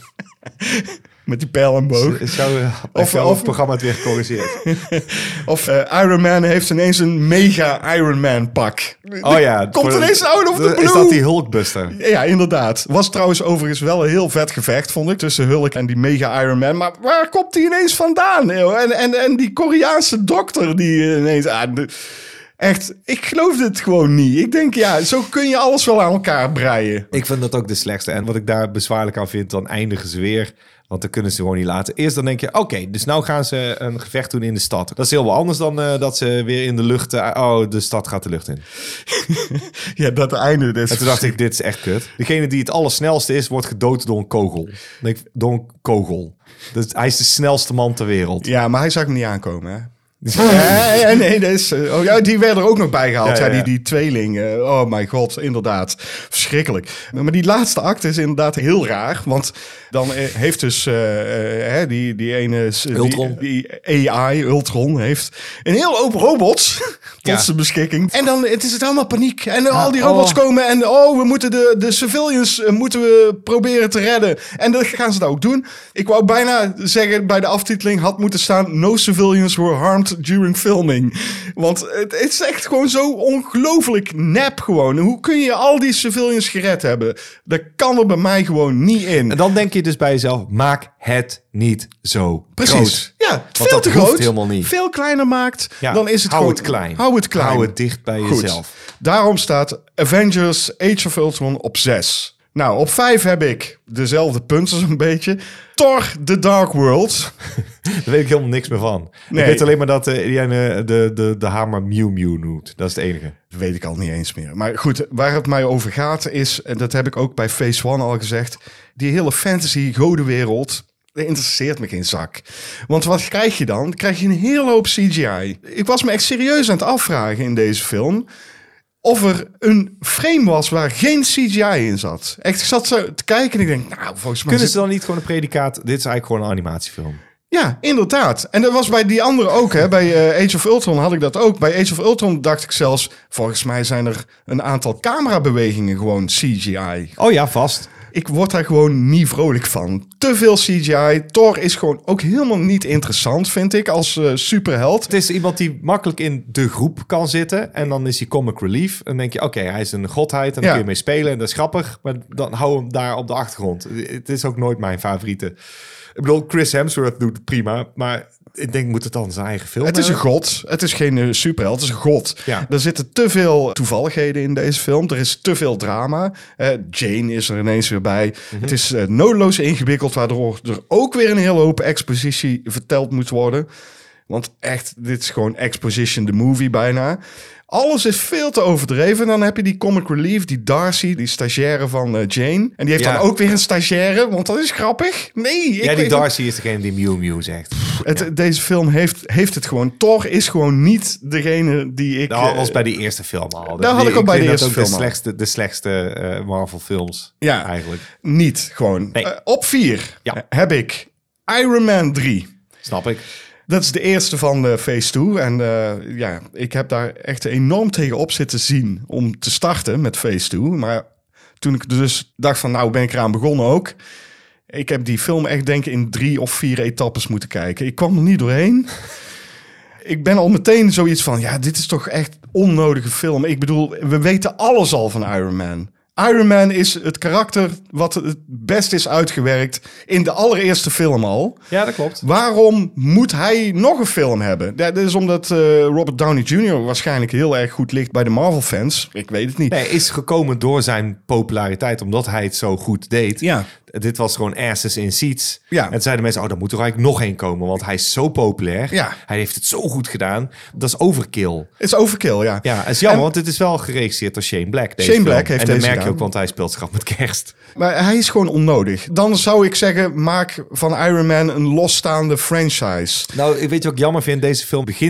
Met die pijl en boog. Is jouw, Of- of, jouw of- programma het weer gecorrigeerd? Of uh, Iron Man heeft ineens een mega Iron Man pak. Oh ja. Komt voor- ineens out of the blue. Is dat die Hulkbuster? Ja, inderdaad. Was trouwens overigens wel een heel vet gevecht, vond ik, tussen Hulk en die mega Iron Man. Maar waar komt die ineens vandaan? Joh? En, en, en die Koreaanse dokter die ineens... Ah, de- echt, ik geloof dit gewoon niet. Ik denk, ja, zo kun je alles wel aan elkaar breien. Ik vind dat ook de slechtste. En wat ik daar bezwaarlijk aan vind, dan eindigen ze weer. Want dan kunnen ze gewoon niet laten. Eerst dan denk je, oké, dus nou gaan ze een gevecht doen in de stad. Dat is heel wat anders dan uh, dat ze weer in de lucht... Uh, oh, de stad gaat de lucht in. Ja, dat einde. Dat is En toen dacht ik, dit is echt kut. Degene die het allersnelste is, wordt gedood door een kogel. Dan denk ik, door een kogel. Dus hij is de snelste man ter wereld. Ja, maar hij zag hem niet aankomen, hè? Ja, ja, nee, dat is, uh, oh, ja, die werden er ook nog bij gehaald. Ja, Ja, ja, ja. die, die tweeling. uh, oh mijn god, inderdaad. Verschrikkelijk. Maar die laatste acte is inderdaad heel raar. Want dan uh, heeft dus uh, uh, hè, die, die ene... uh, Ultron. Die, die A I, Ultron, heeft een heel hoop robots tot Ja. zijn beschikking. En dan het is het allemaal paniek. En uh, al die robots oh. komen en oh, we moeten de, de civilians uh, moeten we proberen te redden. En dat gaan ze dat ook doen. Ik wou bijna zeggen, bij de aftiteling had moeten staan... No civilians were harmed during filming. Want het, het is echt gewoon zo ongelooflijk nep gewoon. Hoe kun je al die civilians gered hebben? Dat kan er bij mij gewoon niet in. En dan denk je dus bij jezelf, maak het niet zo Precies. groot. Ja, Want veel dat te hoeft groot. helemaal niet. Veel kleiner maakt, Ja, dan is het hou gewoon... het klein. Hou het klein. Hou het dicht bij Goed. jezelf. Daarom staat Avengers Age of Ultron op zes. Nou, op vijf heb ik dezelfde punten zo'n beetje. Thor The Dark World. Daar weet ik helemaal niks meer van. Nee. Ik weet alleen maar dat uh, die ene de, de, de hamer Mew Mew noemt. Dat is het enige. Dat weet ik al niet eens meer. Maar goed, waar het mij over gaat is... en dat heb ik ook bij Phase One al gezegd... die hele fantasy-godenwereld... dat interesseert me geen zak. Want wat krijg je dan? Dan krijg je een hele hoop C G I. Ik was me echt serieus aan het afvragen in deze film... of er een frame was waar geen C G I in zat. Echt, ik zat zo te kijken en ik denk... nou, volgens mij... Kunnen zit- ze dan niet gewoon een predicaat... Dit is eigenlijk gewoon een animatiefilm. Ja, inderdaad. En dat was bij die andere ook. Hè. Bij uh, Age of Ultron had ik dat ook. Bij Age of Ultron dacht ik zelfs... volgens mij zijn er een aantal camerabewegingen gewoon C G I. Oh ja, vast. Ik word daar gewoon niet vrolijk van. Te veel C G I. Thor is gewoon ook helemaal niet interessant, vind ik, als uh, superheld. Het is iemand die makkelijk in de groep kan zitten. En dan is hij comic relief. En dan denk je, oké, hij is een godheid. En dan Ja. kun je mee spelen. En dat is grappig. Maar dan hou hem daar op de achtergrond. Het is ook nooit mijn favoriete. Ik bedoel, Chris Hemsworth doet het prima. Maar ik denk, moet het dan zijn eigen film Het is een hebben? god. Het is geen uh, superheld. Het is een god. Ja. Er zitten te veel toevalligheden in deze film. Er is te veel drama. Uh, Jane is er ineens weer bij. Het is uh, nodeloos ingewikkeld, waardoor er ook weer een hele hoop expositie verteld moet worden. Want echt, dit is gewoon exposition the movie bijna. Alles is veel te overdreven. Dan heb je die comic relief, die Darcy, die stagiaire van uh, Jane. En die heeft Ja. dan ook weer een stagiaire, want dat is grappig. Nee, ik Ja, die weet- Darcy is degene die Mew Mew zegt. Het, Deze film heeft, heeft het gewoon. Thor is gewoon niet degene die ik... Dat eh, was bij die eerste film al. Daar had ik ook bij vind de dat eerste ook film de al. slechtste, de slechtste uh, Marvel films Ja. eigenlijk. niet gewoon. Nee. Eh, op vier Ja. heb ik Iron Man drie. Snap ik. Dat is de eerste van uh, Phase twee. En uh, ja, ik heb daar echt enorm tegen op zitten zien om te starten met Phase twee. Maar toen ik dus dacht van nou ben ik eraan begonnen ook. Ik heb die film echt denk ik in drie of vier etappes moeten kijken. Ik kwam er niet doorheen. Ik ben al meteen zoiets van ja, dit is toch echt onnodige film. Ik bedoel, we weten alles al van Iron Man. Iron Man is het karakter wat het best is uitgewerkt in de allereerste film al. Ja, dat klopt. Waarom moet hij nog een film hebben? Dat is omdat uh, Robert Downey junior waarschijnlijk heel erg goed ligt bij de Marvel-fans. Ik weet het niet. Nee, is gekomen door zijn populariteit, omdat hij het zo goed deed. Ja. Dit was gewoon asses in seats. Ja. En toen zeiden mensen, oh, dan moet er eigenlijk nog één komen, want hij is zo populair. Ja. Hij heeft het zo goed gedaan. Dat is overkill. Het is overkill, ja. Ja, het is jammer, En- want het is wel geregisseerd door Shane Black. Deze Shane film. Black heeft En dat deze merk je gedaan. ook, want hij speelt schat met kerst. Maar hij is gewoon onnodig. Dan zou ik zeggen, maak van Iron Man een losstaande franchise. Nou, ik weet je wat ik jammer vind? Deze film begint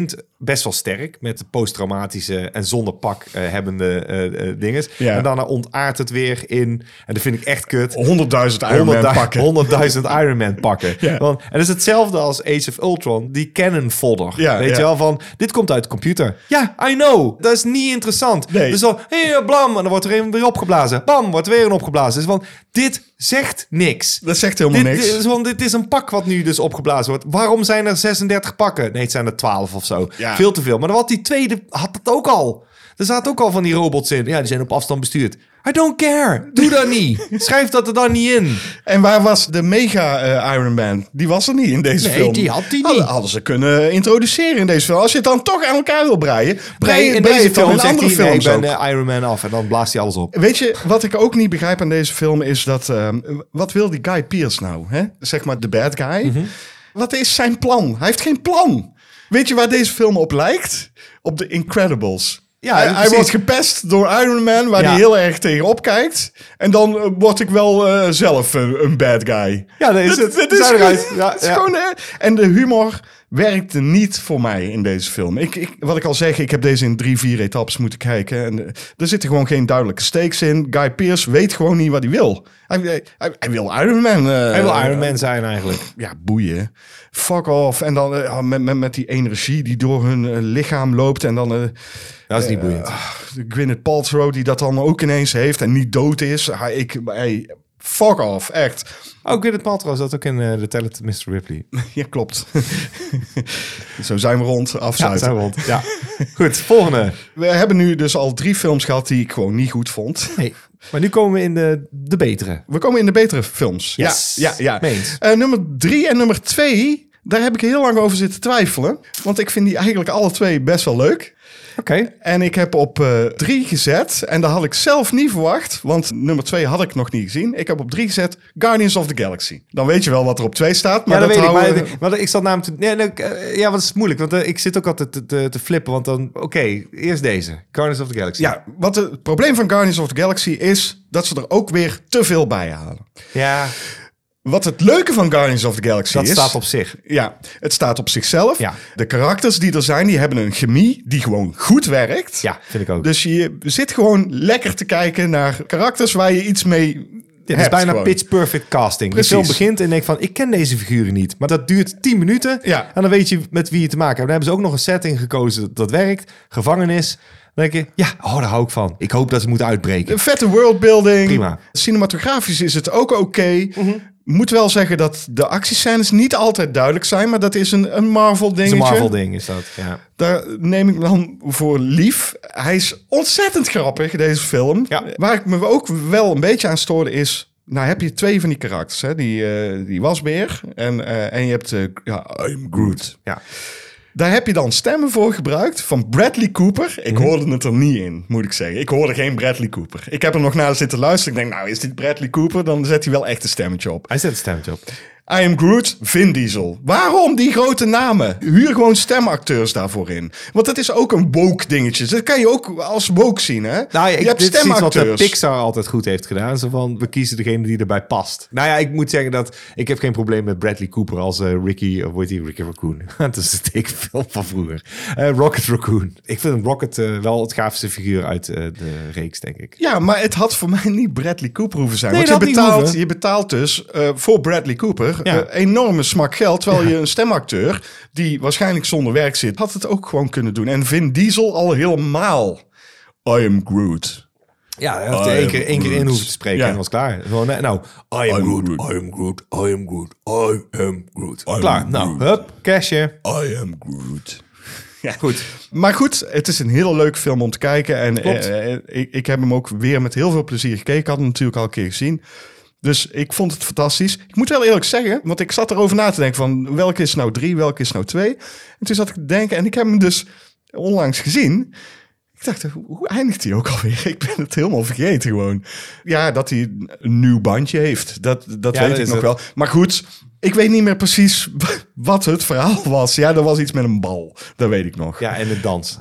best wel sterk. Met de posttraumatische en zonder pak uh, hebbende uh, uh, dinges. Ja. En daarna ontaart het weer in... En dat vind ik echt kut. honderdduizend Iron Man pakken. honderdduizend Iron Man pakken. Ja. Want, en dat is hetzelfde als Age of Ultron. Die cannon fodder. Ja, Weet ja. je wel, van... Dit komt uit de computer. Ja, I know. Dat is niet interessant. Nee. Dus dan... Hey, blam. En dan wordt er een weer opgeblazen. Bam, wordt er weer een opgeblazen. Dus van... Dit zegt niks. Dat zegt helemaal Dit, niks. dit, want dit is een pak wat nu dus opgeblazen wordt. Waarom zijn er zesendertig pakken? Nee, het zijn er twaalf of zo. Ja. Veel te veel. Maar dan had die tweede had het ook al. Er zaten ook al van die robots in. Ja, die zijn op afstand bestuurd. I don't care. Doe dat niet. Schrijf dat er dan niet in. En waar was de mega uh, Iron Man? Die was er niet in deze Nee, film. die had die niet. Hadden, hadden ze kunnen introduceren in deze film. Als je het dan toch aan elkaar wil breien, brei, Nee, in brei deze het dan film in zegt andere hij... Nee, ik films ben ook. uh, Iron Man af. En dan blaast hij alles op. Weet je, wat ik ook niet begrijp aan deze film is dat... Uh, wat wil die Guy Pearce nou? Hè? Zeg maar de bad guy. Mhm. Wat is zijn plan? Hij heeft geen plan. Weet je waar deze film op lijkt? Op The Incredibles. Ja, hij, hij precies. wordt gepest door Iron Man, waar Ja. hij heel erg tegenop kijkt. En dan uh, word ik wel uh, zelf een, een bad guy. Ja, dat is het. Dit is, Zou gewoon, eruit. Ja, het is ja. gewoon, uh, en de humor werkte niet voor mij in deze film. Ik, ik, wat ik al zeg, ik heb deze in drie, vier etappes moeten kijken. En uh, er zitten gewoon geen duidelijke stakes in. Guy Pearce weet gewoon niet wat hij wil. Hij, hij, hij, hij wil Iron Man. Uh, Hij wil Iron Man zijn eigenlijk. Ja, boeien. Fuck off. En dan uh, met, met, met die energie die door hun uh, lichaam loopt. En dan... Uh, Dat is niet boeiend. Uh, Gwyneth Paltrow die dat dan ook ineens heeft en niet dood is. Hij, ik, hij, fuck off, echt. Oh, Gwyneth Paltrow zat ook in uh, The Talented mister Ripley. Ja, klopt. Zo zijn we rond, Ja, afsluiten. zijn we rond. Ja. Goed, volgende. We hebben nu dus al drie films gehad die ik gewoon niet goed vond. Hey, maar nu komen we in de, de betere. We komen in de betere films. Yes. Ja, ja, ja. Meens. Uh, nummer drie en nummer twee, daar heb ik heel lang over zitten twijfelen. Want ik vind die eigenlijk alle twee best wel leuk. Oké. Okay. En ik heb op uh, drie gezet. En dat had ik zelf niet verwacht. Want nummer twee had ik nog niet gezien. Ik heb op drie gezet Guardians of the Galaxy. Dan weet je wel wat er op twee staat. Maar Ja, dat, dat weet houden... ik. Maar, maar ik zat namelijk... Te, nee, nee, uh, ja, wat is moeilijk. Want uh, ik zit ook altijd te, te, te flippen. Want dan... Oké, okay, eerst deze. Guardians of the Galaxy. Ja, wat het probleem van Guardians of the Galaxy is... dat ze er ook weer te veel bij halen. Ja. Wat het leuke van Guardians of the Galaxy Dat is... Dat staat op zich. Ja, het staat op zichzelf. Ja. De karakters die er zijn, die hebben een chemie die gewoon goed werkt. Ja, vind ik ook. Dus je zit gewoon lekker te kijken naar karakters waar je iets mee Dit hebt. is bijna gewoon. pitch perfect casting. Precies. De film begint en denk van, ik ken deze figuren niet. Maar dat duurt tien minuten. Ja. En dan weet je met wie je te maken hebt. Dan hebben ze ook nog een setting gekozen dat, dat werkt. Gevangenis. Dan denk je, ja, oh, daar hou ik van. Ik hoop dat ze moeten uitbreken. Een vette worldbuilding. Prima. Cinematografisch is het ook oké. Okay. Mm-hmm. Moet wel zeggen dat de actiescènes niet altijd duidelijk zijn, maar dat is een, een Marvel Het is dingetje. een Marvel ding, is dat. Ja. Daar neem ik dan voor lief. Hij is ontzettend grappig, deze film. Ja. Waar ik me ook wel een beetje aan stoorde is... Nou heb je twee van die karakters. Hè? Die, uh, die wasbeer en, uh, en je hebt... Uh, ja, I'm Groot. Ja. Daar heb je dan stemmen voor gebruikt van Bradley Cooper. Ik Mm-hmm. hoorde het er niet in, moet ik zeggen. Ik hoorde geen Bradley Cooper. Ik heb er nog naar zitten luisteren. Ik denk, nou, is dit Bradley Cooper? Dan zet hij wel echt een stemmetje op. Hij zet een stemmetje op. I Am Groot, Vin Diesel. Waarom die grote namen? Huur gewoon stemacteurs daarvoor in. Want dat is ook een woke dingetje. Dat kan je ook als woke zien, hè? Nou ja, ik, je hebt dit is iets wat de stemacteurs. Pixar altijd goed heeft gedaan. Zo van, we kiezen degene die erbij past. Nou ja, ik moet zeggen dat ik heb geen probleem met Bradley Cooper als uh, Ricky, of hoe heet die, Ricky Raccoon. Dat is de tekenfilm van vroeger. Uh, Rocket Raccoon. Ik vind Rocket uh, wel het gaafste figuur uit uh, de reeks, denk ik. Ja, maar het had voor mij niet Bradley Cooper hoeven zijn. Nee, Want je dat had niet betaalt, hoeven. je betaalt dus uh, voor Bradley Cooper Ja. uh, enorme smak geld. Terwijl je een stemacteur, die waarschijnlijk zonder werk zit, had het ook gewoon kunnen doen. En Vin Diesel al helemaal. I am Groot. Ja, hij heeft er één keer, één keer in hoeven te spreken Ja. en was klaar. Gewoon, uh, nou, I am I'm Groot, Groot. I am Groot, I am Groot, I am Groot. I'm Klaar, nou, Groot. hup, cashje. I am Groot. Ja. Goed. Maar goed, het is een hele leuke film om te kijken. En Klopt. eh, eh, ik, ik heb hem ook weer met heel veel plezier gekeken. Ik had hem natuurlijk al een keer gezien. Dus ik vond het fantastisch. Ik moet wel eerlijk zeggen, want ik zat erover na te denken van welke is nou drie, welke is nou twee. En toen zat ik te denken en ik heb hem dus onlangs gezien. Ik dacht, hoe, hoe eindigt hij ook alweer? Ik ben het helemaal vergeten gewoon. Ja, dat hij een nieuw bandje heeft. Dat, dat Ja, weet dat ik is nog het. wel. Maar goed, ik weet niet meer precies wat het verhaal was. Ja, er was iets met een bal. Dat weet ik nog. Ja, en de dans.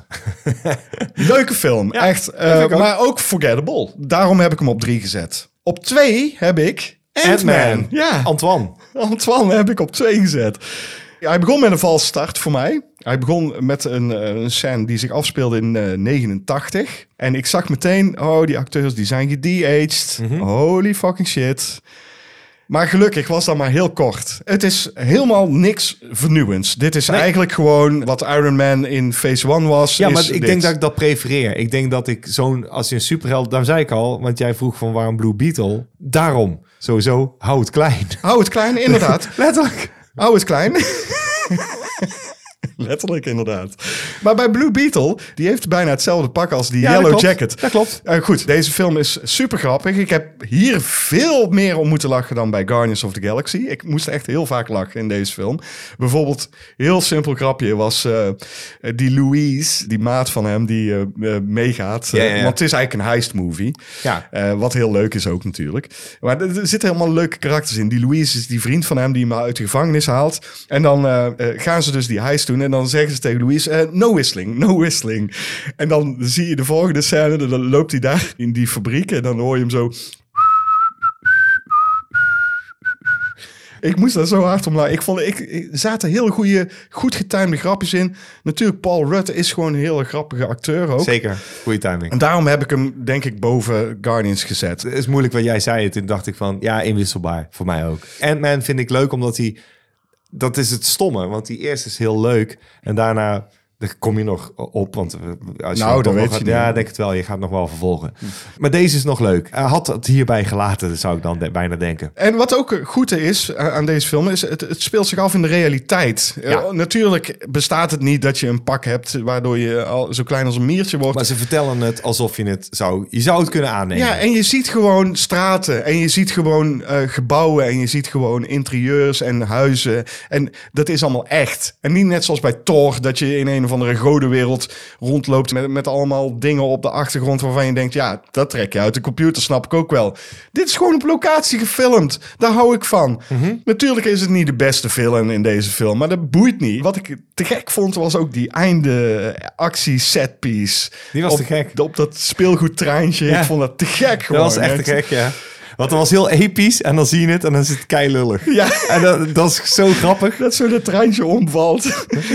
Leuke film, Ja, echt. dat Uh, vind ik ook. maar ook forgettable. Daarom heb ik hem op drie gezet. Op twee heb ik Ant-Man. Ant-Man. Ja, Antoine. Antoine heb ik op twee gezet. Ja, hij begon met een valse start voor mij. Hij begon met een, een scène die zich afspeelde in uh, negenentachtig. En ik zag meteen, oh, die acteurs die zijn gede-aged. Mm-hmm. Holy fucking shit. Maar gelukkig was dat maar heel kort. Het is helemaal niks vernieuwends. Dit is nee. eigenlijk gewoon wat Iron Man in Phase one was. Ja, is maar ik dit. denk dat ik dat prefereer. Ik denk dat ik zo'n, als je een superheld, daar zei ik al, want jij vroeg van waarom Blue Beetle. Daarom, sowieso, hou het klein. Hou het klein, inderdaad. Letterlijk. Hou het klein. Letterlijk, inderdaad. Maar bij Blue Beetle, die heeft bijna hetzelfde pak als die ja, Yellow dat Jacket. Dat klopt. Uh, goed, deze film is super grappig. Ik heb hier veel meer om moeten lachen dan bij Guardians of the Galaxy. Ik moest echt heel vaak lachen in deze film. Bijvoorbeeld, heel simpel grapje was uh, die Louise, die maat van hem, die uh, uh, meegaat. Uh, ja, ja, ja. Want het is eigenlijk een heist movie. Ja. Uh, wat heel leuk is ook natuurlijk. Maar er, er zitten helemaal leuke karakters in. Die Louise is die vriend van hem die hem uit de gevangenis haalt. En dan uh, uh, gaan ze dus die heist doen. En dan zeggen ze tegen Louise, uh, no whistling, no whistling. En dan zie je de volgende scène, dan loopt hij daar in die fabriek en dan hoor je hem zo... Ik moest daar zo hard om lachen. Ik vond, ik, ik zaten heel goede, goed getimede grapjes in. Natuurlijk, Paul Rudd is gewoon een hele grappige acteur ook. Zeker, goede timing. En daarom heb ik hem, denk ik, boven Guardians gezet. Het is moeilijk wat jij zei. Toen dacht ik van, ja, inwisselbaar. Voor mij ook. Ant-Man vind ik leuk, omdat hij... Dat is het stomme, want die eerste is heel leuk. En daarna... Daar kom je nog op, want als je nou, dat weet gaat, je ja, niet. denk het wel. Je gaat nog wel vervolgen. Maar deze is nog leuk. Hij had het hierbij gelaten, zou ik dan de, bijna denken. En wat ook goed is aan deze film is, het, het speelt zich af in de realiteit. Ja. Uh, natuurlijk bestaat het niet dat je een pak hebt waardoor je al zo klein als een miertje wordt. Maar ze vertellen het alsof je het zou, je zou het kunnen aannemen. Ja, en je ziet gewoon straten en je ziet gewoon uh, gebouwen en je ziet gewoon interieurs en huizen. En dat is allemaal echt. En niet net zoals bij Thor, dat je in een of andere godenwereld rondloopt met, met allemaal dingen op de achtergrond waarvan je denkt, ja, dat trek je uit de computer, snap ik ook wel. Dit is gewoon op locatie gefilmd. Daar hou ik van. Mm-hmm. Natuurlijk is het niet de beste film in deze film, maar dat boeit niet. Wat ik te gek vond, was ook die einde actie setpiece. Die was op, te gek. Op dat speelgoedtreintje. Ja. Ik vond dat te gek gewoon. Dat was echt te gek, ja. Want het was heel episch en dan zie je het en dan is het keilullig. Ja. En dat, dat is zo grappig. Dat zo dat treintje omvalt.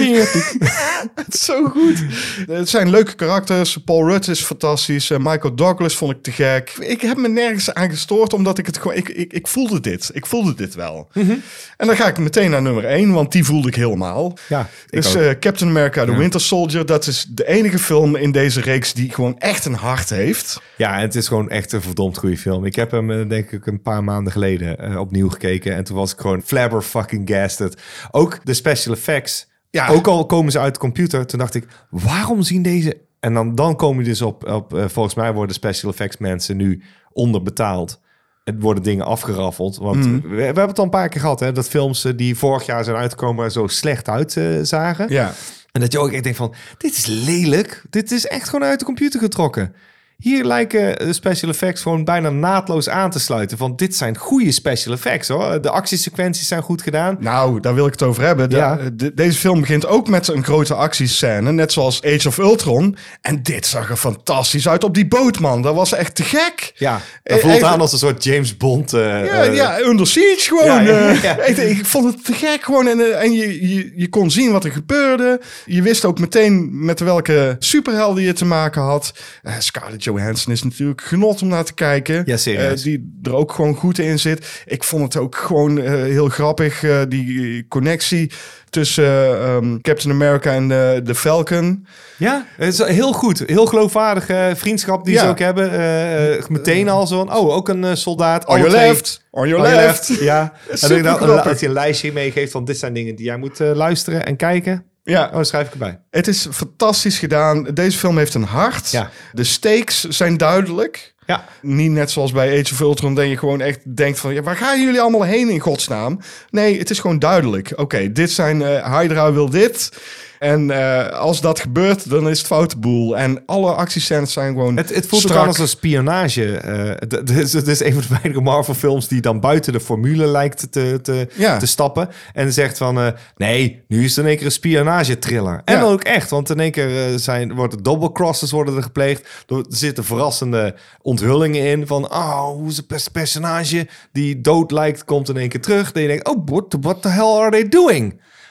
Het is zo goed. Het zijn leuke karakters. Paul Rudd is fantastisch. Uh, Michael Douglas vond ik te gek. Ik heb me nergens aan gestoord, omdat ik het gewoon... Ik, ik, ik voelde dit. Ik voelde dit wel. Mm-hmm. En dan ga ik meteen naar nummer één, want die voelde ik helemaal. Ja, dus uh, Captain America, The ja. Winter Soldier. Dat is de enige film in deze reeks die gewoon echt een hart heeft. Ja, en het is gewoon echt een verdomd goede film. Ik heb hem denk ik een paar maanden geleden uh, opnieuw gekeken. En toen was ik gewoon flabberfucking-gasted. Ook de special effects. Ja. Ook al komen ze uit de computer. Toen dacht ik, waarom zien deze... En dan, dan kom je dus op... op uh, volgens mij worden special effects mensen nu onderbetaald. Het worden dingen afgeraffeld. Want mm. we, we hebben het al een paar keer gehad. Hè, dat films uh, die vorig jaar zijn uitgekomen er zo slecht uitzagen. Uh, ja. En dat je ook echt denkt van... Dit is lelijk. Dit is echt gewoon uit de computer getrokken. Hier lijken de special effects gewoon bijna naadloos aan te sluiten. Van dit zijn goede special effects hoor. De actiesequenties zijn goed gedaan. Nou, daar wil ik het over hebben. Ja. De, de, deze film begint ook met een grote actiescène. Net zoals Age of Ultron. En dit zag er fantastisch uit op die boot, man. Dat was echt te gek. Ja, dat voelt uh, aan als een soort James Bond. Uh, ja, uh, ja, Under Siege gewoon. Ja, ja, ja, ja. Uh, ik, ik vond het te gek gewoon. En, uh, en je, je, je kon zien wat er gebeurde. Je wist ook meteen met welke superhelden je te maken had. Uh, Scarlett Johansson is natuurlijk genot om naar te kijken. Ja, serieus. Uh, die er ook gewoon goed in zit. Ik vond het ook gewoon uh, heel grappig, uh, die connectie tussen uh, um, Captain America en de, de Falcon. Ja, het is heel goed. Heel geloofwaardige vriendschap die ja. ze ook hebben. Uh, uh, meteen al zo van, oh, ook een uh, soldaat. On your left. On your left. left. Ja. En dan, dan, als je een lijstje meegeeft van, dit zijn dingen die jij moet uh, luisteren en kijken. Ja, oh, schrijf ik erbij. Het is fantastisch gedaan. Deze film heeft een hart. Ja. De stakes zijn duidelijk. Ja. Niet net zoals bij Age of Ultron, dat je gewoon echt denkt van, ja, waar gaan jullie allemaal heen in godsnaam? Nee, het is gewoon duidelijk. Oké, okay, dit zijn, uh, Hydra wil dit. En uh, als dat gebeurt, dan is het foute boel. En alle actiescènes zijn gewoon Het, het voelt strak. ook aan als een spionage. Uh, het, is, het is een van de weinige Marvel-films die dan buiten de formule lijkt te, te, ja. te stappen. En zegt van, uh, nee, nu is het in één keer een spionage-thriller. En ja. dan ook echt, want in één keer uh, zijn, worden double crosses worden er gepleegd. Er zitten verrassende onthullingen in van, oh, hoe is het beste personage die dood lijkt, komt in één keer terug. Dan je denkt, oh, what, what the hell are they doing?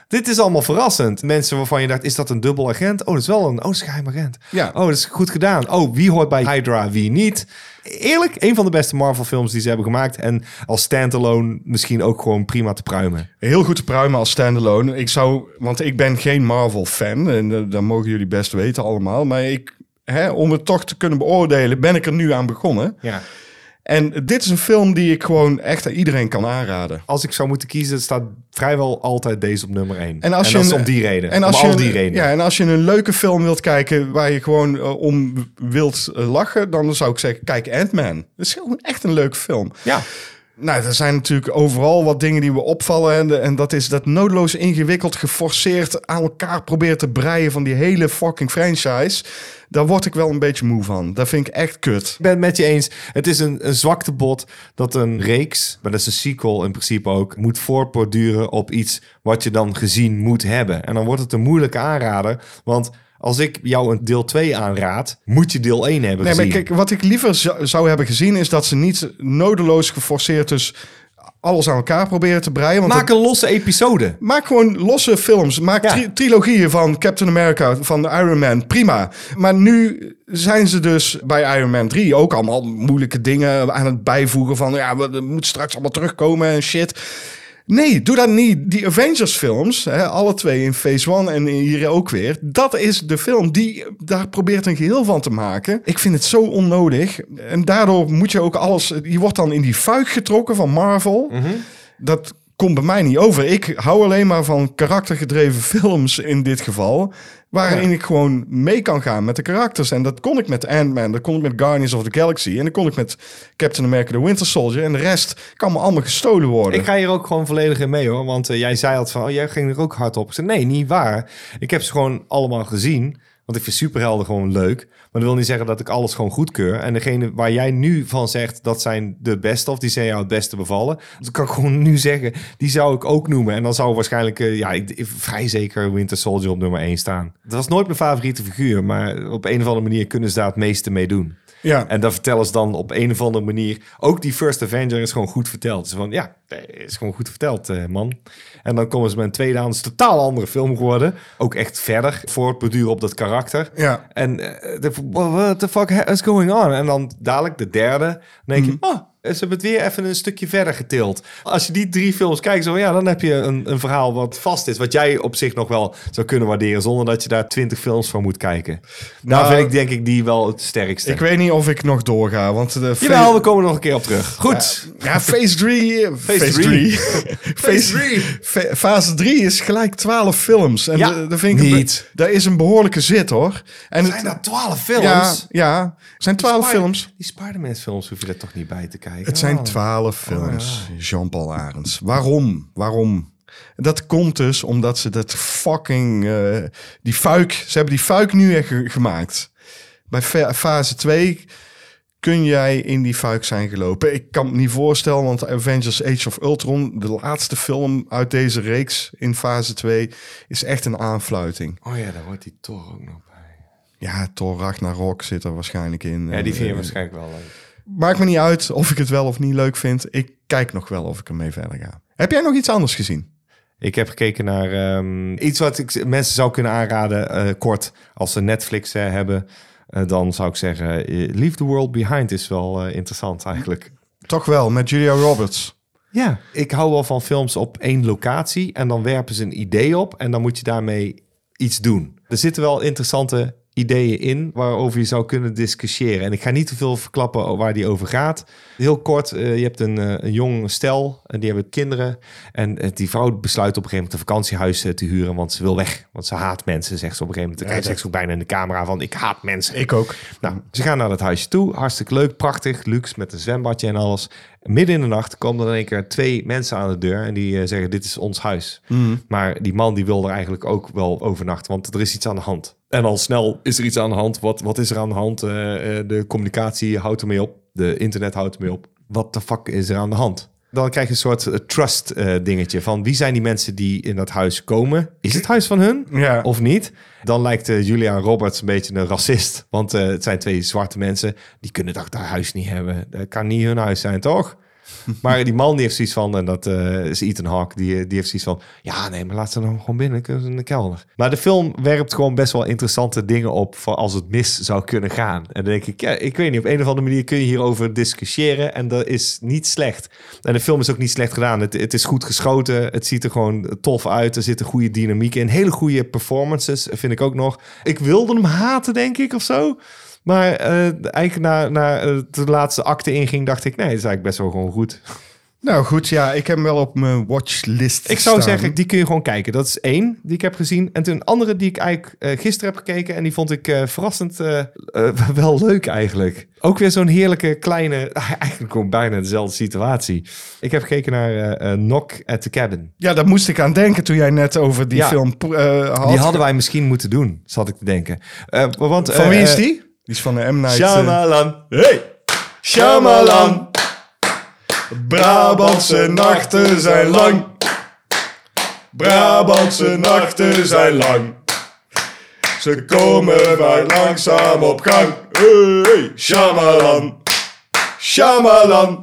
Dit is allemaal verrassend. Mensen waarvan je dacht, is dat een dubbel agent? Oh, dat is wel een, oh, dat is een geheim agent. Ja. Oh, dat is goed gedaan. Oh, wie hoort bij Hydra, wie niet? Eerlijk, een van de beste Marvel films die ze hebben gemaakt. En als standalone misschien ook gewoon prima te pruimen. Heel goed te pruimen als standalone. Ik zou, want ik ben geen Marvel-fan. En uh, dat mogen jullie best weten allemaal. Maar ik, hè, om het toch te kunnen beoordelen, ben ik er nu aan begonnen. Ja. En dit is een film die ik gewoon echt aan iedereen kan aanraden. Als ik zou moeten kiezen, staat vrijwel altijd deze op nummer één. En, als en je dat is een, om die reden. En als om je al een, die redenen. Ja, en als je een leuke film wilt kijken waar je gewoon uh, om wilt uh, lachen, dan zou ik zeggen, kijk Ant-Man. Dat is gewoon echt een leuke film. Ja. Nou, er zijn natuurlijk overal wat dingen die me opvallen. En, de, en dat is dat noodloos ingewikkeld, geforceerd aan elkaar proberen te breien van die hele fucking franchise. Daar word ik wel een beetje moe van. Dat vind ik echt kut. Ik ben het met je eens. Het is een, een zwaktebod dat een reeks, maar dat is een sequel in principe ook, moet voortborduren op iets wat je dan gezien moet hebben. En dan wordt het een moeilijke aanrader, want als ik jou een deel twee aanraad, moet je deel één hebben Nee, gezien. maar kijk, wat ik liever zou, zou hebben gezien is dat ze niet nodeloos geforceerd dus alles aan elkaar proberen te breien. Want Maak dat, een losse episode. maak gewoon losse films. Maak Ja. tri- trilogieën van Captain America, van Iron Man. Prima. Maar nu zijn ze dus bij Iron Man drie ook allemaal moeilijke dingen aan het bijvoegen van ja, we moeten straks allemaal terugkomen en shit. Nee, doe dat niet. Die Avengers-films, hè, alle twee in Phase one en hier ook weer, dat is de film die daar probeert een geheel van te maken. Ik vind het zo onnodig. En daardoor moet je ook alles... Je wordt dan in die fuik getrokken van Marvel. Mm-hmm. Dat komt bij mij niet over. Ik hou alleen maar van karaktergedreven films in dit geval, waarin ja. ik gewoon mee kan gaan met de karakters. En dat kon ik met Ant-Man, dat kon ik met Guardians of the Galaxy en dat kon ik met Captain America The Winter Soldier. En de rest kan me allemaal gestolen worden. Ik ga hier ook gewoon volledig in mee hoor. Want uh, jij zei altijd van, oh, jij ging er ook hard op. Ik zei, nee, niet waar. Ik heb ze gewoon allemaal gezien. Want ik vind superhelden gewoon leuk. Maar dat wil niet zeggen dat ik alles gewoon goedkeur. En degene waar jij nu van zegt, dat zijn de beste of die zijn jou het beste bevallen. Dat kan ik gewoon nu zeggen. Die zou ik ook noemen. En dan zou waarschijnlijk, uh, ja, ik, ik, vrij zeker Winter Soldier op nummer één staan. Dat was nooit mijn favoriete figuur. Maar op een of andere manier kunnen ze daar het meeste mee doen. Ja. En dat vertellen ze dan op een of andere manier. Ook die First Avenger is gewoon goed verteld. Dus van, ja, is gewoon goed verteld, uh, man. En dan komen ze met een tweede aan. Het is een totaal andere film geworden. Ook echt verder voortborduren op dat karakter. Ja. En uh, de, what the fuck is going on? En dan dadelijk de derde. Dan denk je, mm. oh, ze hebben het weer even een stukje verder getild. Als je die drie films kijkt, zo, ja, dan heb je een, een verhaal wat vast is. Wat jij op zich nog wel zou kunnen waarderen, zonder dat je daar twintig films van moet kijken. Nou, nou vind ik denk ik die wel het sterkste. Ik weet niet of ik nog doorga, want de Jawel, fa- we komen er nog een keer op terug. Goed. Ja, ja Phase drie. Phase drie. Phase drie. Fase drie is gelijk twaalf films. En ja, dat vind ik niet. Dat is een behoorlijke zit, hoor. En zijn dat twaalf films? Ja, ja. zijn twaalf Spider- films. Die Spider-Man films hoef je er toch niet bij te kijken? Het zijn twaalf films, oh, ja. Jean-Paul Arends. Waarom? Waarom? Dat komt dus omdat ze dat fucking... Uh, die fuik... Ze hebben die fuik nu echt gemaakt. Bij fa- fase twee kun jij in die fuik zijn gelopen. Ik kan me niet voorstellen, want Avengers Age of Ultron, de laatste film uit deze reeks in fase twee, is echt een aanfluiting. Oh ja, daar wordt die Thor ook nog bij. Ja, Thor Ragnarok zit er waarschijnlijk in. Ja, die vind je uh, waarschijnlijk wel leuk. Maakt me niet uit of ik het wel of niet leuk vind. Ik kijk nog wel of ik ermee verder ga. Heb jij nog iets anders gezien? Ik heb gekeken naar um, iets wat ik mensen zou kunnen aanraden, uh, kort. Als ze Netflix uh, hebben, uh, dan zou ik zeggen, uh, Leave the World Behind is wel uh, interessant eigenlijk. Toch wel, met Julia Roberts. Ja, ik hou wel van films op één locatie en dan werpen ze een idee op en dan moet je daarmee iets doen. Er zitten wel interessante ideeën in waarover je zou kunnen discussiëren. En ik ga niet te veel verklappen waar die over gaat. Heel kort, uh, je hebt een, uh, een jong stel en die hebben kinderen. En uh, die vrouw besluit op een gegeven moment een vakantiehuis uh, te huren, want ze wil weg. Want ze haat mensen, zegt ze op een gegeven moment. Dan kijkt ze ook bijna in de camera van, ik haat mensen. Ik ook. Nou, ze gaan naar dat huisje toe. Hartstikke leuk, prachtig, luxe, met een zwembadje en alles. Midden in de nacht komen er in één keer twee mensen aan de deur en die uh, zeggen, dit is ons huis. Mm. Maar die man die wil er eigenlijk ook wel overnachten, want er is iets aan de hand. En al snel is er iets aan de hand. Wat, wat is er aan de hand? Uh, de communicatie houdt ermee op. De internet houdt ermee op. Wat de fuck is er aan de hand? Dan krijg je een soort uh, trust uh, dingetje van wie zijn die mensen die in dat huis komen? Is het huis van hun ja. of niet? Dan lijkt uh, Julia Roberts een beetje een racist. Want uh, het zijn twee zwarte mensen. Die kunnen toch dat huis niet hebben. Dat kan niet hun huis zijn, toch? Maar die man die heeft zoiets van, en dat uh, is Ethan Hawke, die, die heeft zoiets van, ja nee, maar laat ze dan gewoon binnen, kunnen ze in de kelder. Maar de film werpt gewoon best wel interessante dingen op voor als het mis zou kunnen gaan. En dan denk ik, ja, ik weet niet, op een of andere manier kun je hierover discussiëren en dat is niet slecht. En de film is ook niet slecht gedaan. Het, het is goed geschoten, het ziet er gewoon tof uit, er zit een goede dynamiek in, hele goede performances vind ik ook nog. Ik wilde hem haten, denk ik, of zo. Maar uh, eigenlijk na, na uh, de laatste acte inging, dacht ik, nee, het is eigenlijk best wel gewoon goed. Nou goed, ja, ik heb hem wel op mijn watchlist Ik zou staan. zeggen, die kun je gewoon kijken. Dat is één die ik heb gezien. En toen een andere die ik eigenlijk uh, gisteren heb gekeken. En die vond ik uh, verrassend uh, uh, wel leuk eigenlijk. Ook weer zo'n heerlijke kleine, eigenlijk gewoon bijna dezelfde situatie. Ik heb gekeken naar uh, uh, Knock at the Cabin. Ja, daar moest ik aan denken toen jij net over die Ja. film uh, had. Die hadden wij misschien moeten doen, zat ik te denken. Uh, want, Van uh, wie is uh, die? Die is van de M. Night. uh, Shyamalan. Hey! Shyamalan! Brabantse nachten zijn lang. Brabantse nachten zijn lang. Ze komen maar langzaam op gang. Hey! Shyamalan! Shyamalan!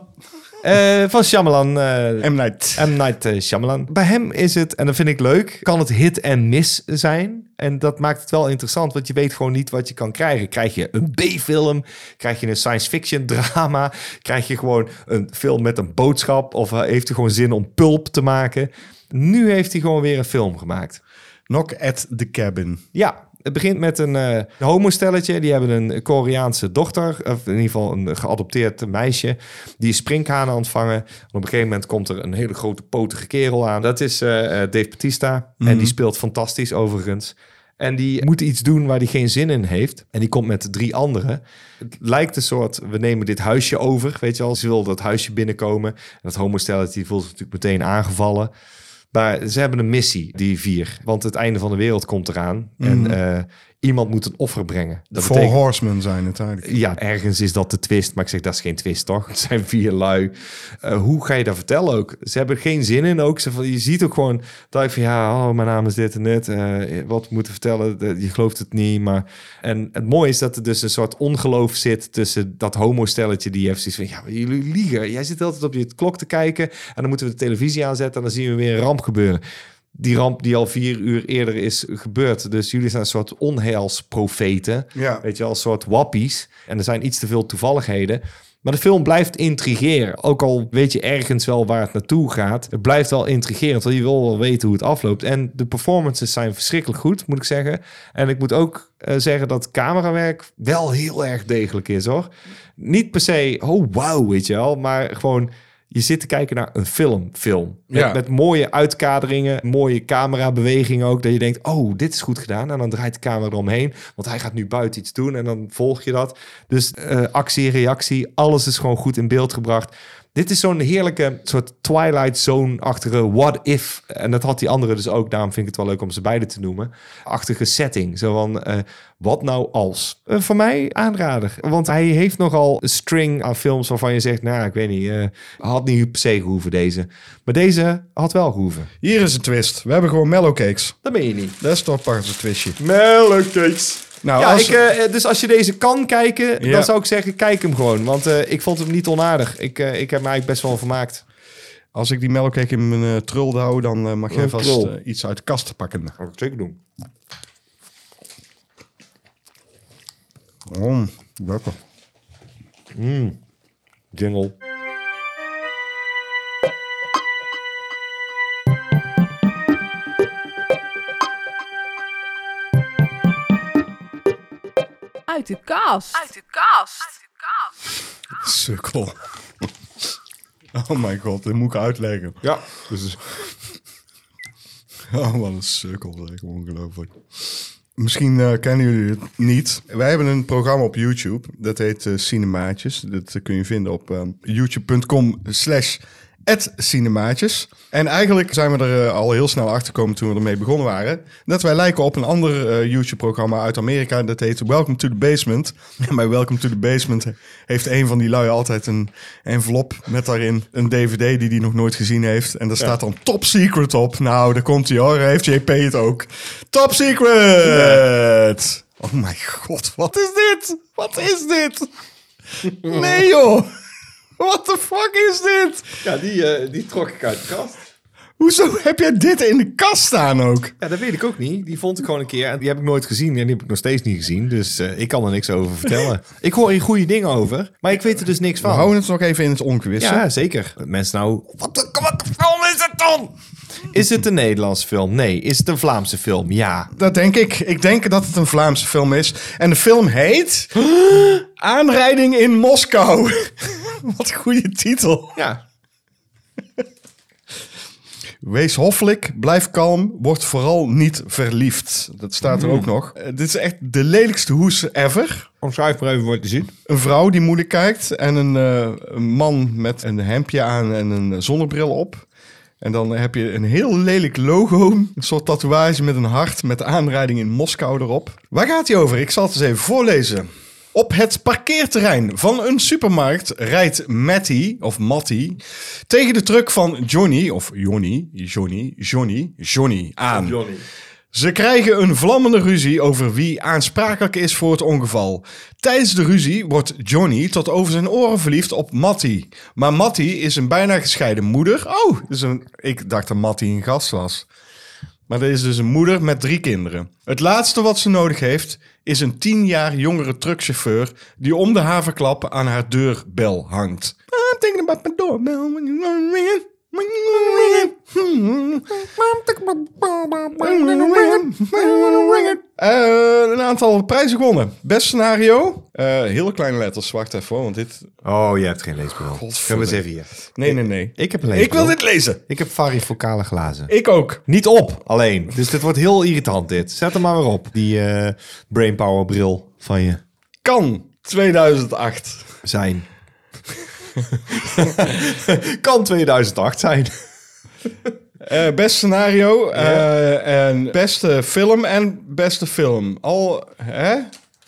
Uh, van Shyamalan. Uh, M. Night. M. Night uh, Shyamalan. Bij hem is het, en dat vind ik leuk, kan het hit en miss zijn. En dat maakt het wel interessant, want je weet gewoon niet wat je kan krijgen. Krijg je een B-film? Krijg je een science fiction drama? Krijg je gewoon een film met een boodschap? Of uh, heeft hij gewoon zin om pulp te maken? Nu heeft hij gewoon weer een film gemaakt. Knock at the Cabin. Ja, het begint met een uh, homostelletje. Die hebben een Koreaanse dochter. Of in ieder geval een geadopteerd meisje. Die is sprinkhanen aan het vangen. En op een gegeven moment komt er een hele grote potige kerel aan. Dat is uh, Dave Bautista. Mm-hmm. En die speelt fantastisch overigens. En die moet iets doen waar hij geen zin in heeft. En die komt met drie anderen. Het lijkt een soort, we nemen dit huisje over. Weet je wel, ze wil dat huisje binnenkomen. En dat homostelletje voelt zich natuurlijk meteen aangevallen. Maar ze hebben een missie, die vier. Want het einde van de wereld komt eraan. Mm. En uh, iemand moet een offer brengen. De Four betekent... Horsemen zijn het eigenlijk. Ja, ergens is dat de twist. Maar ik zeg, dat is geen twist, toch? Het zijn vier lui. Uh, hoe ga je dat vertellen ook? Ze hebben geen zin in ook. Ze, je ziet ook gewoon dat ik van, ja, oh, mijn naam is dit en dit. Uh, wat we moeten vertellen, je gelooft het niet. Maar... En het mooie is dat er dus een soort ongeloof zit tussen dat homostelletje die heeft zoiets van, ja, jullie liegen. Jij zit altijd op je klok te kijken en dan moeten we de televisie aanzetten en dan zien we weer een ramp gebeuren. Die ramp die al vier uur eerder is gebeurd. Dus jullie zijn een soort onheilsprofeten. Ja. Weet je wel, een soort wappies. En er zijn iets te veel toevalligheden. Maar de film blijft intrigeren. Ook al weet je ergens wel waar het naartoe gaat. Het blijft wel intrigerend. Want je wil wel weten hoe het afloopt. En de performances zijn verschrikkelijk goed, moet ik zeggen. En ik moet ook uh, zeggen dat camerawerk wel heel erg degelijk is, hoor. Niet per se, oh wauw, weet je wel. Maar gewoon... Je zit te kijken naar een film, film. Met, ja. met mooie uitkaderingen, mooie camerabewegingen ook. Dat je denkt, oh, dit is goed gedaan. En dan draait de camera eromheen. Want hij gaat nu buiten iets doen en dan volg je dat. Dus uh, actie, reactie, alles is gewoon goed in beeld gebracht. Dit is zo'n heerlijke soort Twilight Zone-achtige what if. En dat had die andere dus ook. Daarom vind ik het wel leuk om ze beide te noemen. Achtige setting. Zo van, uh, wat nou als? Uh, voor mij aanrader. Want hij heeft nogal een string aan films waarvan je zegt, nou, ik weet niet. Uh, had niet per se gehoeven deze. Maar deze had wel gehoeven. Hier is een twist. We hebben gewoon mellowcakes. Dat ben je niet. Dat is toch apart een twistje. Mellowcakes. Nou, ja, als... ik, uh, dus als je deze kan kijken, ja. dan zou ik zeggen, kijk hem gewoon. Want uh, ik vond hem niet onaardig. Ik, uh, ik heb me eigenlijk best wel vermaakt. Als ik die mellowcake in mijn uh, trul hou, dan uh, mag jij vast uh, iets uit de kast pakken. Dat ga ik zeker doen. Oh, lekker. Mm. Jingle. Uit de kast. Uit de kast. Uit de kast. Sukkel. Oh mijn god, dit moet ik uitleggen. Ja. Dus... Oh, wat een sukkel. Ongelooflijk. Misschien uh, kennen jullie het niet. Wij hebben een programma op YouTube. Dat heet uh, Cinemaatjes. Dat uh, kun je vinden op uh, youtube punt com slash at Cinemaatjes. En eigenlijk zijn we er uh, al heel snel achter gekomen toen we ermee begonnen waren. Dat wij lijken op een ander uh, YouTube-programma uit Amerika. Dat heet Welcome to the Basement. En bij Welcome to the Basement heeft een van die lui altijd een envelop met daarin een D V D die hij nog nooit gezien heeft. En daar staat dan Top Secret op. Nou, daar komt hij hoor. Heeft J P het ook. Top Secret! Oh mijn god, wat is dit? Wat is dit? Nee joh! What the fuck is dit? Ja, die, uh, die trok ik uit de kast. Hoezo heb jij dit in de kast staan ook? Ja, dat weet ik ook niet. Die vond ik gewoon een keer. En die heb ik nooit gezien. En die heb ik nog steeds niet gezien. Dus uh, ik kan er niks over vertellen. Ik hoor hier goede dingen over. Maar ik weet er dus niks van. We houden het nog even in het ongewisse. Ja, zeker. Mensen nou... Wat de, wat de film is het dan? Is het een Nederlandse film? Nee. Is het een Vlaamse film? Ja. Dat denk ik. Ik denk dat het een Vlaamse film is. En de film heet... Aanrijding in Moskou. Wat een goede titel. Ja. Wees hoffelijk, blijf kalm, word vooral niet verliefd. Dat staat er ook nog. Uh, dit is echt de lelijkste hoes ever. Omschrijf maar even wat je ziet. Een vrouw die moeilijk kijkt en een, uh, een man met een hemdje aan en een zonnebril op. En dan heb je een heel lelijk logo, een soort tatoeage met een hart met aanrijding in Moskou erop. Waar gaat hij over? Ik zal het eens even voorlezen. Op het parkeerterrein van een supermarkt rijdt Matty, of Matty, tegen de truck van Johnny, of Johnny, Johnny, Johnny, Johnny aan. Johnny. Ze krijgen een vlammende ruzie over wie aansprakelijk is voor het ongeval. Tijdens de ruzie wordt Johnny tot over zijn oren verliefd op Matty. Maar Matty is een bijna gescheiden moeder. Oh, dus een, ik dacht dat Matty een gast was. Maar er is dus een moeder met drie kinderen. Het laatste wat ze nodig heeft is een tien jaar jongere truckchauffeur die om de haverklap aan haar deurbel hangt. I'm thinking about my doorbell when you want to ring it. Uh, een aantal prijzen gewonnen. Best scenario. Uh, hele kleine letters. Wacht even, want dit... Oh, je hebt geen leesbril. Gaan we eens even hier. Nee, nee, nee. Ik heb een leesbril. Ik wil dit lezen. Ik heb varifocale glazen. Ik ook. Niet op, alleen. Dus dit wordt heel irritant, dit. Zet hem maar weer op. Die uh, Brainpower bril van je. Kan tweeduizend acht zijn. Kan tweeduizend acht zijn. Uh, best scenario. Uh, yeah. En beste film en beste film. Al, hè?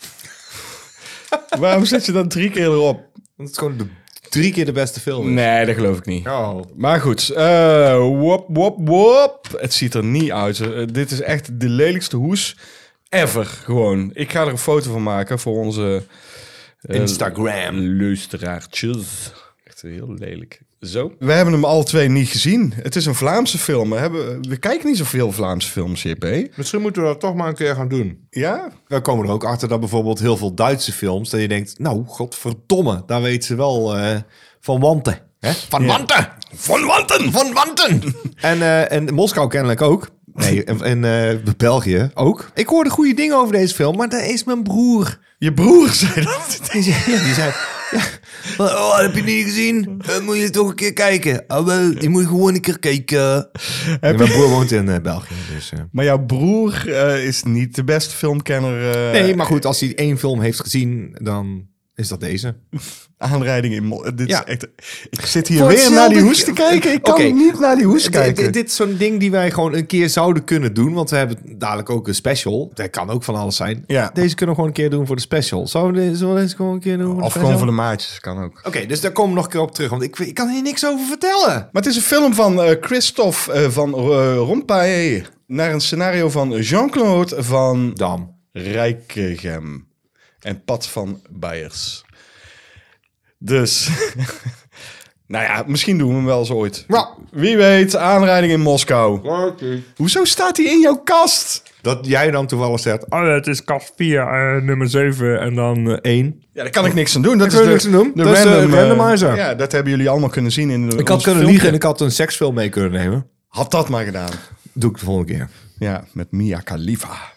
Waarom zet je dat drie keer erop? Dat is gewoon de, drie keer de beste film. Is. Nee, dat geloof ik niet. Oh. Maar goed. Uh, wop, wop, wop. Het ziet er niet uit. Uh, dit is echt de lelijkste hoes ever. Gewoon. Ik ga er een foto van maken voor onze... Uh, Instagram. Luisteraartjes. Echt heel lelijk. Zo. We hebben hem alle twee niet gezien. Het is een Vlaamse film. We, hebben, we kijken niet zoveel Vlaamse films, J P. Misschien moeten we dat toch maar een keer gaan doen. Ja? We komen er ook achter dat bijvoorbeeld heel veel Duitse films... dat je denkt, nou, godverdomme, daar weet ze wel uh, van wanten. Hè? Van ja. wanten! Van wanten! Van wanten! en, uh, en Moskou kennelijk ook. Nee, en, en uh, België ook. Ik hoorde goede dingen over deze film, maar daar is mijn broer. Je broer zei dat? Die zei, ja, die zei ja. Oh, heb je niet gezien? Dan moet je toch een keer kijken. Oh, wel, je moet gewoon een keer kijken. En mijn broer woont in uh, België. Dus, uh. Maar jouw broer uh, is niet de beste filmkenner. Uh, nee, maar goed, als hij één film heeft gezien, dan is dat deze. Aanrijding in... Mo- dit ja. is echt, ik zit hier Voor weer naar die hoes te kijken. Ik kan okay. niet naar die hoes kijken. D- dit is zo'n ding die wij gewoon een keer zouden kunnen doen. Want we hebben dadelijk ook een special. Dat kan ook van alles zijn. Ja. Deze kunnen we gewoon een keer doen voor de special. Zullen we deze, deze gewoon een keer doen voor de Of special? gewoon voor de maatjes, kan ook. Oké, okay, dus daar komen we nog een keer op terug. Want ik, ik kan hier niks over vertellen. Maar het is een film van uh, Christophe uh, van uh, Rompuy. Naar een scenario van Jean-Claude van Dam Rijkegem. En Pat van Beiers. Dus, nou ja, misschien doen we hem wel eens ooit. Ja. Wie weet, aanrijding in Moskou. Okay. Hoezo staat hij in jouw kast? Dat jij dan toevallig zegt, oh, het is kast vier, uh, nummer zeven en dan uh, één. Ja, daar kan ik niks aan doen. Dat daar is de, niks aan doen. De dat random, is uh, randomizer. Ja, dat hebben jullie allemaal kunnen zien in de Ik had kunnen filmpje. liegen en ik had een seksfilm mee kunnen nemen. Had dat maar gedaan. Doe ik de volgende keer. Ja, met Mia Khalifa.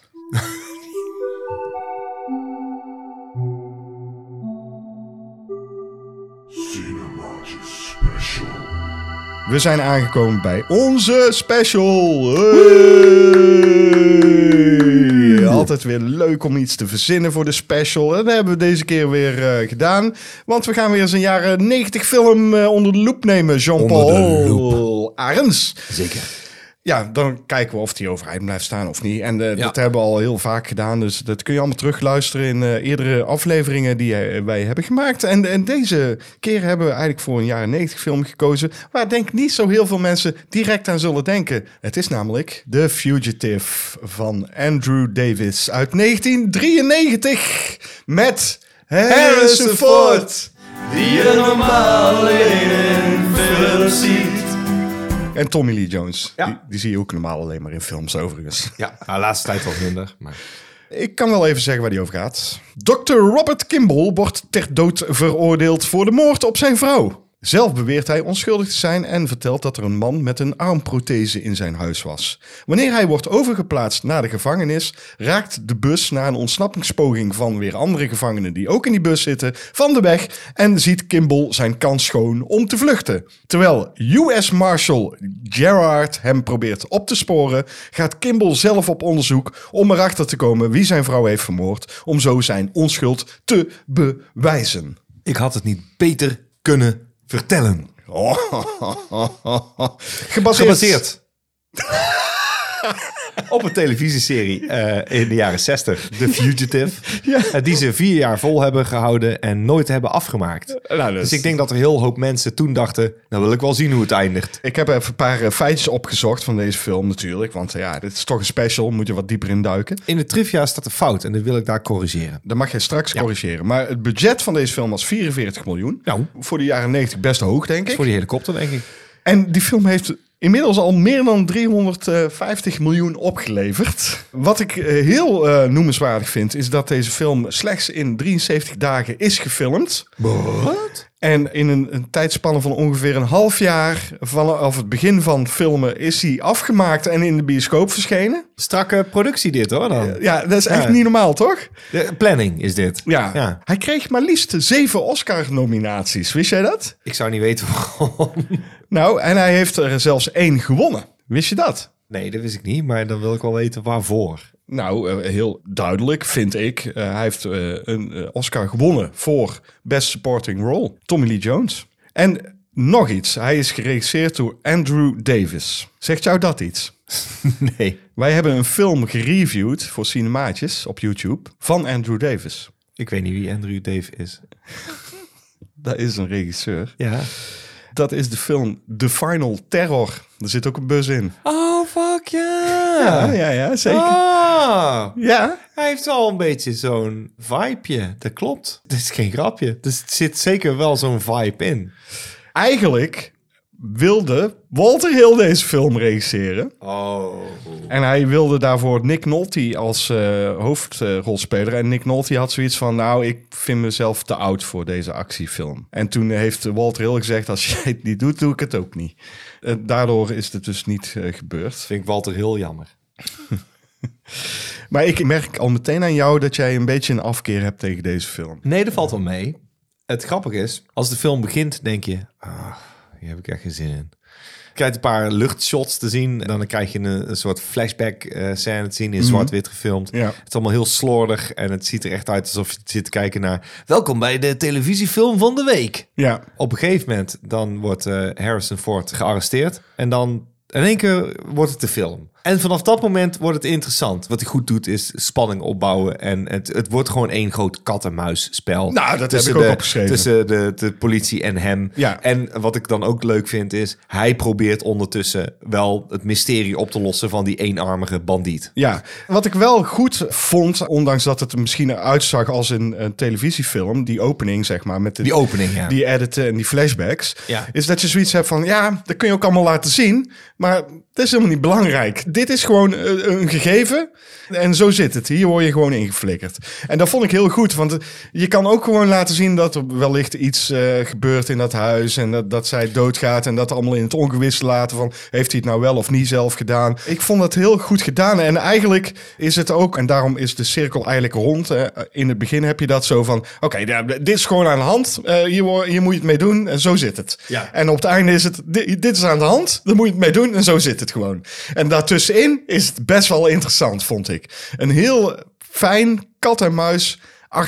We zijn aangekomen bij onze special. Hey! Altijd weer leuk om iets te verzinnen voor de special. En dat hebben we deze keer weer uh, gedaan. Want we gaan weer eens een jaren negentig film uh, onder de loep nemen. Jean-Paul Arends. Zeker. Ja, dan kijken we of die overeind blijft staan of niet. En uh, ja. dat hebben we al heel vaak gedaan. Dus dat kun je allemaal terugluisteren in uh, eerdere afleveringen die uh, wij hebben gemaakt. En, en deze keer hebben we eigenlijk voor een jaren negentig film gekozen. Waar denk ik niet zo heel veel mensen direct aan zullen denken. Het is namelijk The Fugitive van Andrew Davis uit negentien drieënnegentig. Met Harrison Ford. die je normaal alleen in films ziet. En Tommy Lee Jones. Ja. Die, die zie je ook normaal alleen maar in films overigens. Ja, nou, de laatste tijd wat minder. Maar... Ik kan wel even zeggen waar die over gaat. dokter Robert Kimball wordt ter dood veroordeeld voor de moord op zijn vrouw. Zelf beweert hij onschuldig te zijn en vertelt dat er een man met een armprothese in zijn huis was. Wanneer hij wordt overgeplaatst naar de gevangenis, raakt de bus na een ontsnappingspoging van weer andere gevangenen die ook in die bus zitten, van de weg en ziet Kimball zijn kans schoon om te vluchten. Terwijl U S Marshal Gerard hem probeert op te sporen, gaat Kimball zelf op onderzoek om erachter te komen wie zijn vrouw heeft vermoord, om zo zijn onschuld te bewijzen. Ik had het niet beter kunnen vertellen. Oh. Gebaseerd. Gebaseerd. Op een televisieserie uh, in de jaren zestig, The Fugitive. Ja. Uh, die ze vier jaar vol hebben gehouden en nooit hebben afgemaakt. Nou, dus... dus ik denk dat er heel hoop mensen toen dachten, nou wil ik wel zien hoe het eindigt. Ik heb even een paar uh, feitjes opgezocht van deze film natuurlijk. Want uh, ja, dit is toch een special, moet je wat dieper in duiken. In de trivia staat een fout en dat wil ik daar corrigeren. Dat mag je straks Ja. corrigeren. Maar het budget van deze film was vierenveertig miljoen. Nou. Voor de jaren negentig best hoog, denk ik. Voor die helikopter, denk ik. En die film heeft inmiddels al meer dan driehonderdvijftig miljoen opgeleverd. Wat ik uh, heel uh, noemenswaardig vind, is dat deze film slechts in drieënzeventig dagen is gefilmd. Wat? En in een, een tijdspanne van ongeveer een half jaar vanaf het begin van filmen is hij afgemaakt en in de bioscoop verschenen. Strakke productie dit hoor dan. Ja, dat is echt Ja. niet normaal, toch? De planning is dit. Ja. Ja. Hij kreeg maar liefst zeven Oscar-nominaties. Wist jij dat? Ik zou niet weten waarom. Nou, en hij heeft er zelfs één gewonnen. Wist je dat? Nee, dat wist ik niet, maar dan wil ik wel weten waarvoor. Nou, uh, heel duidelijk vind ik. Uh, hij heeft uh, een uh, Oscar gewonnen voor Best Supporting Role. Tommy Lee Jones. En nog iets. Hij is geregisseerd door Andrew Davis. Zegt jou dat iets? Nee. Wij hebben een film gereviewd voor Cinemaatjes op YouTube van Andrew Davis. Ik weet niet wie Andrew Dave is. Dat is een regisseur. Ja. Dat is de film The Final Terror. Er zit ook een bus in. Oh, fuck ja. Ja, ja, ja, zeker. Ah, Ja. hij heeft wel een beetje zo'n vibeje. Dat klopt. Dat is geen grapje. Dus het zit zeker wel zo'n vibe in. Eigenlijk wilde Walter Hill deze film regisseren. Oh. En hij wilde daarvoor Nick Nolte als uh, hoofdrolspeler. En Nick Nolte had zoiets van, nou, ik vind mezelf te oud voor deze actiefilm. En toen heeft Walter Hill gezegd, als jij het niet doet, doe ik het ook niet. Uh, daardoor is het dus niet uh, gebeurd. Vind ik Walter heel jammer. Maar ik merk al meteen aan jou dat jij een beetje een afkeer hebt tegen deze film. Nee, dat valt wel mee. Het grappige is, als de film begint, denk je, ah, hier heb ik echt geen zin in. Je krijgt een paar luchtshots te zien. En dan krijg je een, een soort flashback uh, scène te zien in zwart-wit gefilmd. Ja. Het is allemaal heel slordig en het ziet er echt uit alsof je zit te kijken naar... Welkom bij de televisiefilm van de week. Ja. Op een gegeven moment dan wordt uh, Harrison Ford gearresteerd. En dan in één keer wordt het de film. En vanaf dat moment wordt het interessant. Wat hij goed doet is spanning opbouwen. En het, het wordt gewoon één groot kat-en-muis spel. Nou, dat tussen heb ik ook de, opgeschreven. Tussen de, de politie en hem. Ja. En wat ik dan ook leuk vind is... hij probeert ondertussen wel het mysterie op te lossen... van die eenarmige bandiet. Ja, wat ik wel goed vond, ondanks dat het er misschien uitzag als een, een televisiefilm, die opening zeg maar, met de, Die opening, ja. die editen en die flashbacks, Ja. is dat je zoiets hebt van, ja, dat kun je ook allemaal laten zien, maar dat is helemaal niet belangrijk. Dit is gewoon een, een gegeven en zo zit het. Hier word je gewoon ingeflikkerd. En dat vond ik heel goed, want je kan ook gewoon laten zien dat er wellicht iets uh, gebeurt in dat huis en dat, dat zij doodgaat en dat allemaal in het ongewisse laten van, heeft hij het nou wel of niet zelf gedaan? Ik vond dat heel goed gedaan en eigenlijk is het ook, en daarom is de cirkel eigenlijk rond. Hè. In het begin heb je dat zo van, oké, okay, dit is gewoon aan de hand. Uh, hier, hier moet je het mee doen en zo zit het. Ja. En op het einde is het, dit, dit is aan de hand, daar moet je het mee doen en zo zit het gewoon. En daartussenin is het best wel interessant, vond ik. Een heel fijn kat-en-muis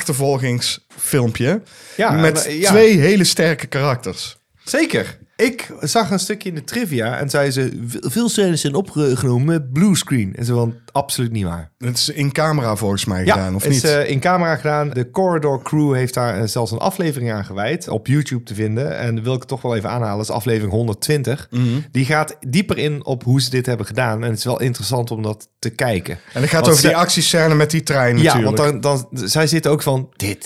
achtervolgingsfilmpje Ja, met ja. twee hele sterke karakters. Zeker. Ik zag een stukje in de trivia en zei ze... veel scènes zijn opgenomen met bluescreen. En ze van, absoluut niet waar. Het is in camera volgens mij gedaan, of het niet? is uh, in camera gedaan. De Corridor Crew heeft daar uh, zelfs een aflevering aan gewijd. Op YouTube te vinden. En dat wil ik toch wel even aanhalen. Dat is aflevering honderdtwintig. Mm-hmm. Die gaat dieper in op hoe ze dit hebben gedaan. En het is wel interessant om dat te kijken. En het gaat Want over ze- die actiescène met die trein Ja, natuurlijk. want dan, dan, zij zitten ook van... Dit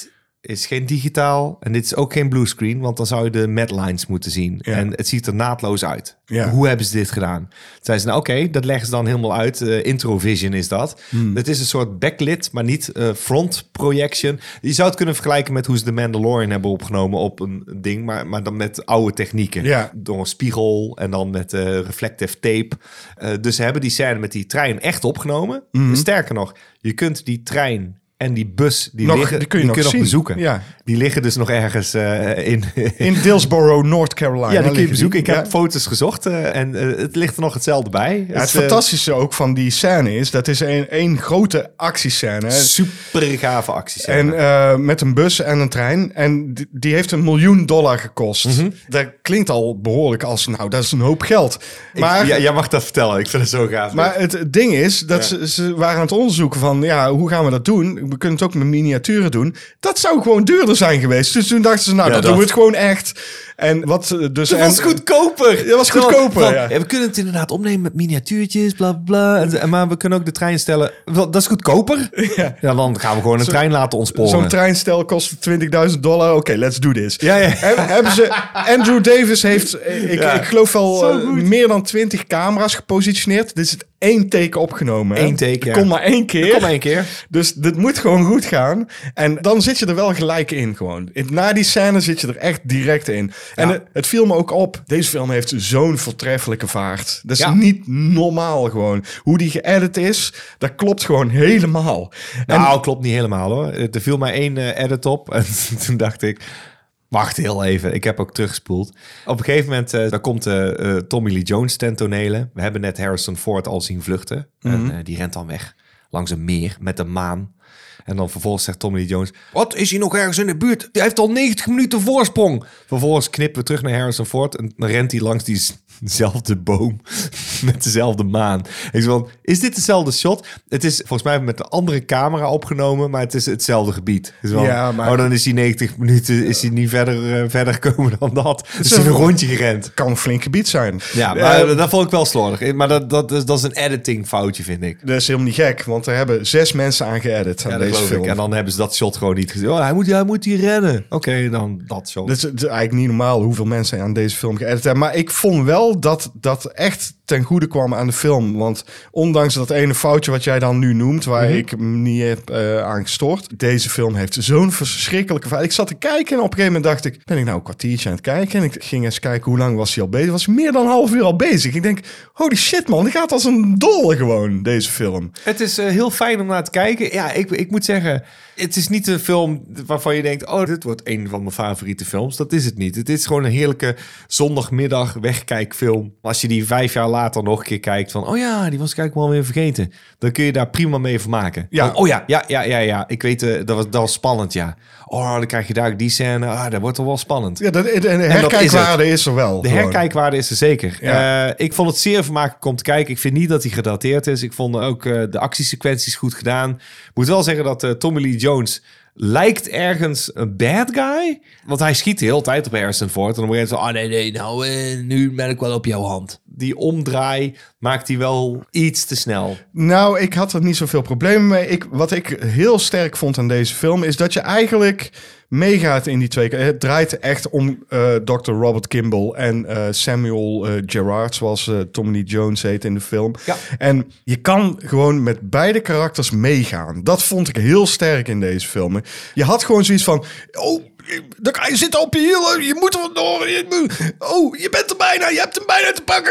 is geen digitaal en dit is ook geen bluescreen, want dan zou je de matlines moeten zien. Ja. En het ziet er naadloos uit. Ja. Hoe hebben ze dit gedaan? Toen zeiden ze, nou oké, okay, dat leggen ze dan helemaal uit. Uh, Introvision is dat. Hmm. Het is een soort backlit, maar niet uh, front projection. Je zou het kunnen vergelijken met hoe ze de Mandalorian hebben opgenomen op een ding, maar, maar dan met oude technieken. Ja. Door een spiegel en dan met uh, reflective tape. Uh, dus ze hebben die scène met die trein echt opgenomen. Mm-hmm. Sterker nog, je kunt die trein en die bus, die, nog, liggen, die kun je, die nog, kun je nog bezoeken. Ja. Die liggen dus nog ergens uh, in... in Dillsboro, North Carolina. Ja, die kun je bezoeken. Die. Ik heb ja. foto's gezocht uh, en uh, het ligt er nog hetzelfde bij. Ja, het uh, fantastische ook van die scène is, dat is een, een grote actiescène. Super gave actiescène. En uh, met een bus en een trein. En die, die heeft een miljoen dollar gekost. Mm-hmm. Dat klinkt al behoorlijk als, nou, dat is een hoop geld. Maar, ik, ja, jij mag dat vertellen. Ik vind het zo gaaf. Maar het, het ding is, dat ja. ze, ze waren aan het onderzoeken van, ja, hoe gaan we dat doen? We kunnen het ook met miniaturen doen. Dat zou gewoon duurder zijn geweest. Dus toen dachten ze, nou, ja, dat, dat doen we het gewoon echt. En wat dus... Dat was en, goedkoper. Dat was goedkoper, van, ja. Ja, we kunnen het inderdaad opnemen met miniatuurtjes, bla, bla, bla. Maar we kunnen ook de trein stellen. Dat is goedkoper. Ja, ja dan gaan we gewoon een Zo, trein laten ontsporen. Zo'n treinstel kost twintigduizend dollar. Oké, okay, let's do this. Ja, ja. He, hebben ze... Andrew Davis heeft, ik, ja. ik geloof wel uh, meer dan twintig camera's gepositioneerd. Dit is het één take opgenomen. Eén take, ja. Kom maar één keer. Kom maar één keer. Dus dit moet gewoon goed gaan. En dan zit je er wel gelijk in gewoon. Na die scène zit je er echt direct in. En ja. het, het viel me ook op. Deze film heeft zo'n voortreffelijke vaart. Dat is ja. niet normaal gewoon. Hoe die geëdit is, dat klopt gewoon helemaal. Nou, en, klopt niet helemaal hoor. Er viel maar één uh, edit op. En toen dacht ik... Wacht heel even, ik heb ook teruggespoeld. Op een gegeven moment, uh, daar komt uh, uh, Tommy Lee Jones ten tonele. We hebben net Harrison Ford al zien vluchten. Mm-hmm. En uh, die rent dan weg langs een meer met een maan. En dan vervolgens zegt Tommy Lee Jones... Wat, is hij nog ergens in de buurt? Hij heeft al negentig minuten voorsprong. Vervolgens knippen we terug naar Harrison Ford... en dan rent hij langs diezelfde boom met dezelfde maan. Ik zeg van, is dit dezelfde shot? Het is volgens mij met een andere camera opgenomen... maar het is hetzelfde gebied. Dus van, ja, maar... Oh, dan is hij negentig minuten is hij niet verder, uh, verder gekomen dan dat. Dus is hij een rondje gerend. Het kan een flink gebied zijn. Ja, maar uh, dat vond ik wel slordig. Maar dat, dat, is, dat is een editing foutje, vind ik. Dat is helemaal niet gek, want er hebben zes mensen aan geëdit aan ja, deze film. Ik. En dan hebben ze dat shot gewoon niet gezien. Oh, hij moet, hij moet hier rennen. Oké, okay, dan dat shot. Het is, het is eigenlijk niet normaal hoeveel mensen aan deze film geëdit hebben. Maar ik vond wel dat dat echt ten goede kwam aan de film. Want ondanks dat ene foutje wat jij dan nu noemt... waar mm-hmm. ik me niet heb uh, aan gestoord... deze film heeft zo'n verschrikkelijke fout. Ik zat te kijken en op een gegeven moment dacht ik... ben ik nou een kwartiertje aan het kijken? En ik ging eens kijken hoe lang was hij al bezig. Was hij meer dan een half uur al bezig. Ik denk, holy shit man, die gaat als een dolle gewoon, deze film. Het is uh, heel fijn om naar te kijken. Ja, ik, ik moet zeggen... Het is niet een film waarvan je denkt... oh, dit wordt een van mijn favoriete films. Dat is het niet. Het is gewoon een heerlijke zondagmiddag wegkijkfilm. Als je die vijf jaar later nog een keer kijkt... van, oh ja, die was ik eigenlijk wel weer vergeten. Dan kun je daar prima mee vermaken. Ja. Oh ja, ja, ja, ja, ja. Ik weet, uh, dat, was, dat was spannend, ja. Oh, dan krijg je daar die scène. Ah, dat wordt toch wel spannend. Ja, de, de, de herkijkwaarde is, is er wel. De gewoon. herkijkwaarde is er zeker. Ja. Uh, ik vond het zeer vermakelijk om te kijken. Ik vind niet dat hij gedateerd is. Ik vond ook uh, de actiesequenties goed gedaan. Ik moet wel zeggen dat uh, Tommy Lee Jones... lijkt ergens een bad guy. Want hij schiet de hele tijd op Harrison Ford. En dan begint hij zo, oh nee, nee, nou, uh, nu ben ik wel op jouw hand. Die omdraai maakt hij wel iets te snel. Nou, ik had er niet zoveel problemen mee. Ik, wat ik heel sterk vond aan deze film... is dat je eigenlijk meegaat in die twee. Het draait echt om uh, dokter Robert Kimball en uh, Samuel uh, Gerard... zoals uh, Tommy Lee Jones heet in de film. Ja. En je kan gewoon met beide karakters meegaan. Dat vond ik heel sterk in deze film. Je had gewoon zoiets van... oh, dan kan je zitten op je hielen, je moet er vandoor. Je, oh, je bent er bijna, je hebt hem bijna te pakken.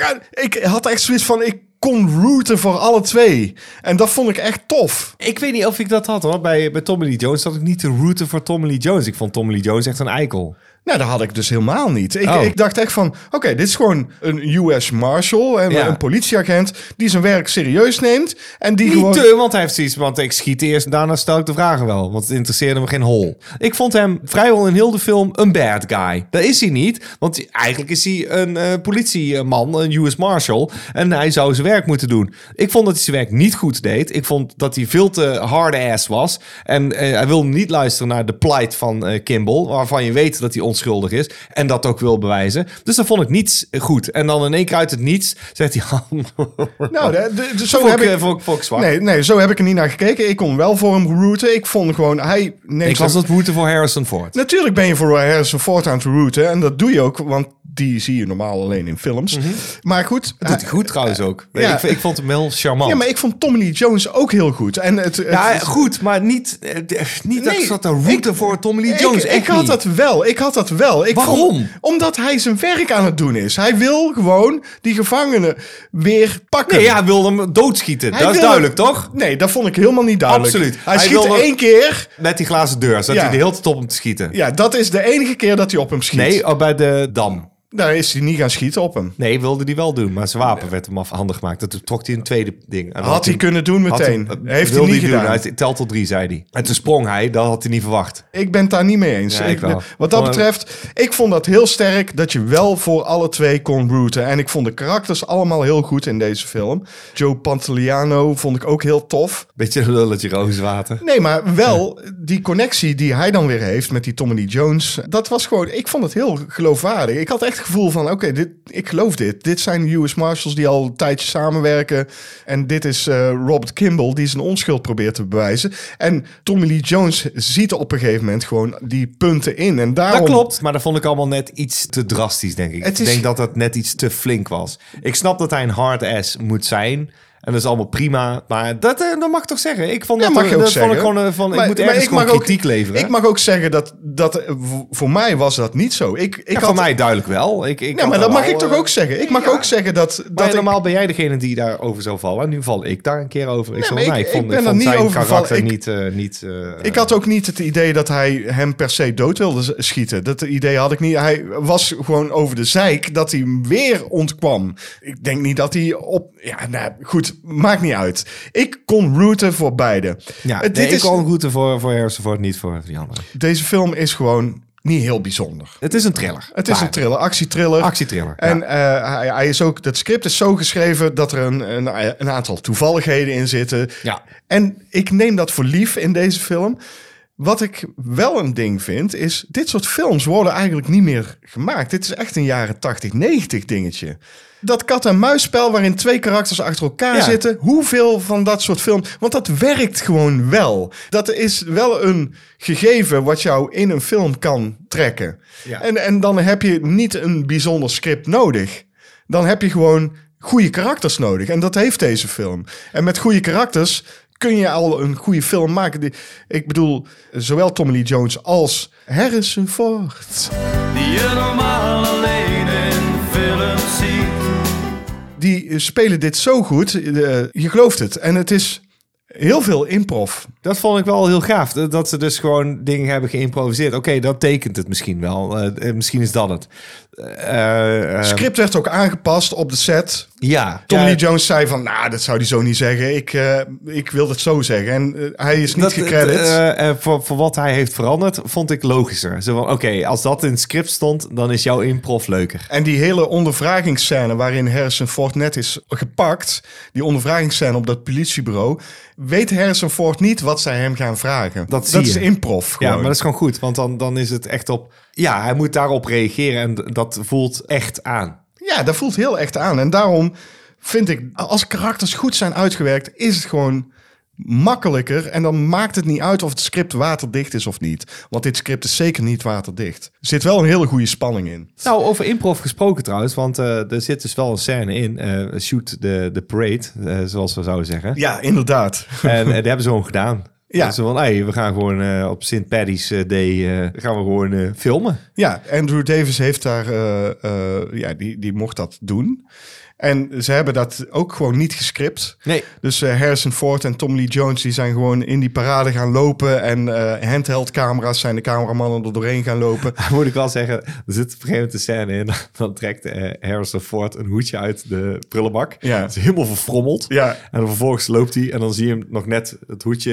Ik had echt zoiets van... ik kon rooten voor alle twee. En dat vond ik echt tof. Ik weet niet of ik dat had hoor. Bij, bij Tommy Lee Jones had ik niet te rooten voor Tommy Lee Jones. Ik vond Tommy Lee Jones echt een eikel. Nou, dat had ik dus helemaal niet. Ik, oh. ik dacht echt van, oké, okay, dit is gewoon een U S Marshal, en ja. een politieagent die zijn werk serieus neemt. En die niet gewoon... te, want hij heeft zoiets, want ik schiet eerst en daarna stel ik de vragen wel. Want het interesseerde me geen hol. Ik vond hem vrijwel in heel de film een bad guy. Dat is hij niet, want eigenlijk is hij een uh, politieman, een U S Marshal. En hij zou zijn werk moeten doen. Ik vond dat hij zijn werk niet goed deed. Ik vond dat hij veel te hard ass was. En uh, hij wilde niet luisteren naar de plight van uh, Kimball, waarvan je weet dat hij onschuldig is. En dat ook wil bewijzen. Dus dat vond ik niet goed. En dan in één keer uit het niets zegt hij... Nou, de, de, de, zo vond heb ik, ik... vond ik, vond ik zwak. Nee, nee, zo heb ik er niet naar gekeken. Ik kon wel voor hem rooten. Ik vond gewoon... Hij neemt Ik was zijn- het moeten voor Harrison Ford. Natuurlijk ben je voor Harrison Ford aan het rooten. En dat doe je ook, want die zie je normaal alleen in films. Mhm. Maar goed... Dat doet hij goed trouwens ook. Ja. Ik, ik vond hem heel charmant. Ja, maar ik vond Tommy Lee Jones ook heel goed. En het, het, Ja, goed, maar niet, eh, niet dat Nee, ik zat te rooten voor Tommy Lee Jones. Ik, echt ik had niet. dat wel. Ik had dat wel. Ik Waarom? vond- omdat hij zijn werk aan het doen is. Hij wil gewoon die gevangenen weer pakken. Nee, hij wilde hem doodschieten. Hij dat is wil- duidelijk, toch? Nee, dat vond ik helemaal niet duidelijk. Absoluut. Hij, Hij schiet wilde- één keer. Met die glazen deur. Zat Ja. hij de hele tijd op hem te schieten. Ja, dat is de enige keer dat hij op hem schiet. Nee, oh, bij de Dam. Daar is hij niet gaan schieten op hem. Nee, wilde hij wel doen. Maar zijn wapen werd hem afhandig gemaakt. Toen trok hij een tweede ding. En dan Had hij kunnen doen had meteen. hij- Heeft hij wilde niet doen. gedaan. Hij telt tot drie, zei hij. En toen sprong hij. Dat had hij niet verwacht. Ik ben het daar niet mee eens. Ja, ik wel. wat dat Maar- betreft, ik vond dat heel sterk dat je wel voor alle twee kon rooten. En ik vond de karakters allemaal heel goed in deze film. Joe Pantoliano vond ik ook heel tof. Beetje een lulletje rozenwater. Nee, maar wel die connectie die hij dan weer heeft met die Tommy Lee Jones. Dat was gewoon, ik vond het heel geloofwaardig. Ik had echt het gevoel van, oké, dit, ik geloof dit. Dit zijn de U S Marshals die al een tijdje samenwerken. En dit is eh, Robert Kimball die zijn onschuld probeert te bewijzen. En Tommy Lee Jones ziet op een gegeven moment gewoon die punten in. En daarom... Dat klopt, maar dat vond ik allemaal net iets te drastisch, denk ik. Het Ik is- denk dat dat net iets te flink was. Ik snap dat hij een hard ass moet zijn. En dat is allemaal prima. Maar dat, eh, dat mag ik toch zeggen? Ik vond Ja, dat, mag je ook dat vond ik zeggen. gewoon eh, van... Maar- ik moet maar ergens ik gewoon mag ook- kritiek leveren. Ik mag ook zeggen dat, dat eh, voor- voor mij was dat niet zo. Ik, ik ja, had, voor mij duidelijk wel. Ik, ik Ja, had maar daar dat mag wel, ik toch eh, ook zeggen. Ik mag ook zeggen dat... Maar dat ik, normaal ben jij degene die daarover zou vallen. Nu val ik daar een keer over. Ik, Nee, zeg, maar nee, ik- ik vond, ik ben ik er vond niet zijn over karakter gevallen. niet... eh, niet eh, Ik had ook niet het idee dat hij hem per se dood wilde z- schieten. Dat idee had ik niet. Hij was gewoon over de zeik dat hij hem weer ontkwam. Ik denk niet dat hij op... Ja, nou goed, maakt niet uit. Ik kon rooten voor beide. Ja, Eh, nee, dit ik is, kon route voor, voor Harrison Ford, niet voor die andere. Deze film is gewoon niet heel bijzonder. Het is een thriller. Het is Klaar. een thriller, actietriller. Actietriller, En ja. eh, hij, hij is ook, dat script is zo geschreven dat er een, een, een aantal toevalligheden in zitten. Ja. En ik neem dat voor lief in deze film. Wat ik wel een ding vind, is dit soort films worden eigenlijk niet meer gemaakt. Dit is echt een jaren tachtig, negentig dingetje. Dat kat-en-muisspel waarin twee karakters achter elkaar Ja. zitten. Hoeveel van dat soort films... Want dat werkt gewoon wel. Dat is wel een gegeven wat jou in een film kan trekken. Ja. En, en dan heb je niet een bijzonder script nodig. Dan heb je gewoon goede karakters nodig. En dat heeft deze film. En met goede karakters kun je al een goede film maken. Die- Ik bedoel, zowel Tommy Lee Jones als Harrison Ford. Die je normaal alleen in films ziet. Die spelen dit zo goed. eh, Je gelooft het. En het is heel veel improv. Dat vond ik wel heel gaaf. Dat dat ze dus gewoon dingen hebben geïmproviseerd. Oké, dat tekent het misschien wel. Eh, eh, misschien is dat het. Eh, eh, script werd ook aangepast op de set. Ja. Tommy ja, Lee Jones zei van, nou, dat zou hij zo niet zeggen. Ik, eh, ik wil het zo zeggen. En eh, hij is niet dat, gecredit. eh, eh, voor, voor wat hij heeft veranderd, vond ik logischer. Zo van, oké, als dat in het script stond, dan is jouw improv leuker. En die hele ondervragingsscène waarin Harrison Ford net is gepakt, die ondervragingsscène op dat politiebureau, weet Harrison Ford niet wat zij hem gaan vragen. Dat zie is je. improv gewoon. Ja, maar dat is gewoon goed, want dan, dan is het echt op... Ja, hij moet daarop reageren en d- dat voelt echt aan. Ja, dat voelt heel echt aan. En daarom vind ik, als karakters goed zijn uitgewerkt, is het gewoon makkelijker. En dan maakt het niet uit of het script waterdicht is of niet. Want dit script is zeker niet waterdicht. Er zit wel een hele goede spanning in. Nou, over improv gesproken trouwens, want eh, er zit dus wel een scène in. eh, shoot the, the parade, eh, zoals we zouden zeggen. Ja, inderdaad. En eh, die hebben ze gewoon gedaan. Ja. Ja. Zo van, hey, we gaan gewoon eh, op Saint Paddy's eh, Day eh, gaan we gewoon eh, filmen. Ja, Andrew Davis heeft daar, eh, eh, ja, die, die mocht dat doen. En ze hebben dat ook gewoon niet gescript. Nee. Dus eh, Harrison Ford en Tommy Lee Jones die zijn gewoon in die parade gaan lopen. En eh handheld camera's zijn de cameramannen er doorheen gaan lopen. Moet ik wel zeggen, er zit op een gegeven moment een scène in. Dan trekt eh, Harrison Ford een hoedje uit de prullenbak. Ja. Het is helemaal verfrommeld. Ja. En dan vervolgens loopt hij en dan zie je hem nog net het hoedje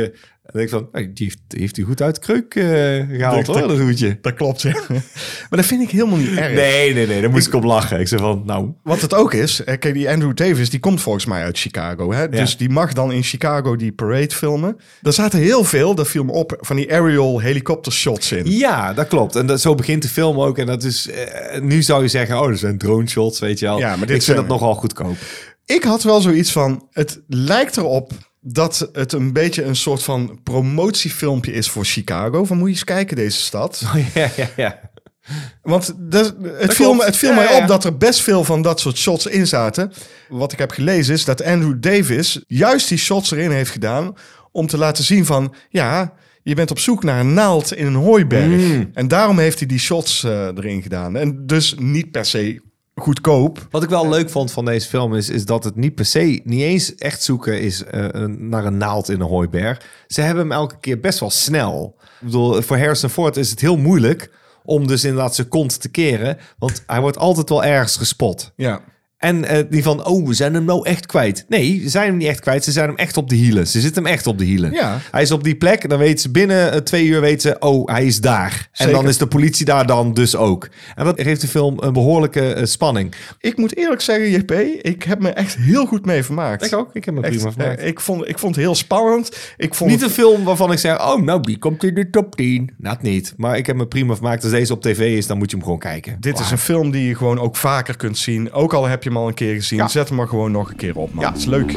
dan denk ik van, hey, die heeft, die heeft hij goed uit de kreuk uh, gehaald, Dat- hoor, dat hoedje. Dat klopt, ja. Maar dat vind ik helemaal niet erg. Nee, nee, nee, daar moest ik op lachen. Ik zei van, nou... Wat het ook is, eh, kijk, die Andrew Davis, die komt volgens mij uit Chicago. Hè? Dus die mag dan in Chicago die parade filmen. Daar zaten heel veel, dat viel me op, van die aerial helikopter shots in. Ja, dat klopt. En dat, zo begint de film ook. En dat is, uh, nu zou je zeggen, oh, dat zijn drone shots, weet je wel. Ja, maar dit ik vind zijn- dat nogal goedkoop. Ik had wel zoiets van, het lijkt erop dat het een beetje een soort van promotiefilmpje is voor Chicago. Van moet je eens kijken, deze stad. ja, ja, ja. Want de, het, viel me, klopt. het viel Ja, mij ja. op dat er best veel van dat soort shots in zaten. Wat ik heb gelezen is dat Andrew Davis juist die shots erin heeft gedaan om te laten zien van, ja, je bent op zoek naar een naald in een hooiberg. Mm. En daarom heeft hij die shots uh, erin gedaan. En dus niet per se goedkoop. Wat ik wel leuk vond van deze film is, is dat het niet per se, niet eens echt zoeken is uh, een, naar een naald in een hooiberg. Ze hebben hem elke keer best wel snel. Ik bedoel, voor Harrison Ford is het heel moeilijk om dus inderdaad zijn kont te keren. Want hij wordt altijd wel ergens gespot. Ja. En uh, die van, oh, we zijn hem nou echt kwijt. Nee, ze zijn hem niet echt kwijt. Ze zijn hem echt op de hielen. Ze zitten hem echt op de hielen. Ja. Hij is op die plek. Dan weten ze binnen uh, twee uur, weten ze, oh, hij is daar. Zeker. En dan is de politie daar dan dus ook. En dat geeft de film een behoorlijke uh, spanning. Ik moet eerlijk zeggen, J P, ik heb me echt heel goed mee vermaakt. Ik ook. Ik heb me Echt, prima vermaakt. eh, ik, vond, ik vond het heel spannend. Ik vond Niet het- een film waarvan ik zeg, oh, nou, die komt in de top tien. Dat niet. Maar ik heb me prima vermaakt. Als deze op tv is, dan moet je hem gewoon kijken. Dit is een film die je gewoon ook vaker kunt zien. Ook al heb je hem al een keer gezien. Ja. Zet hem maar gewoon nog een keer op, man. Ja. Het is leuk.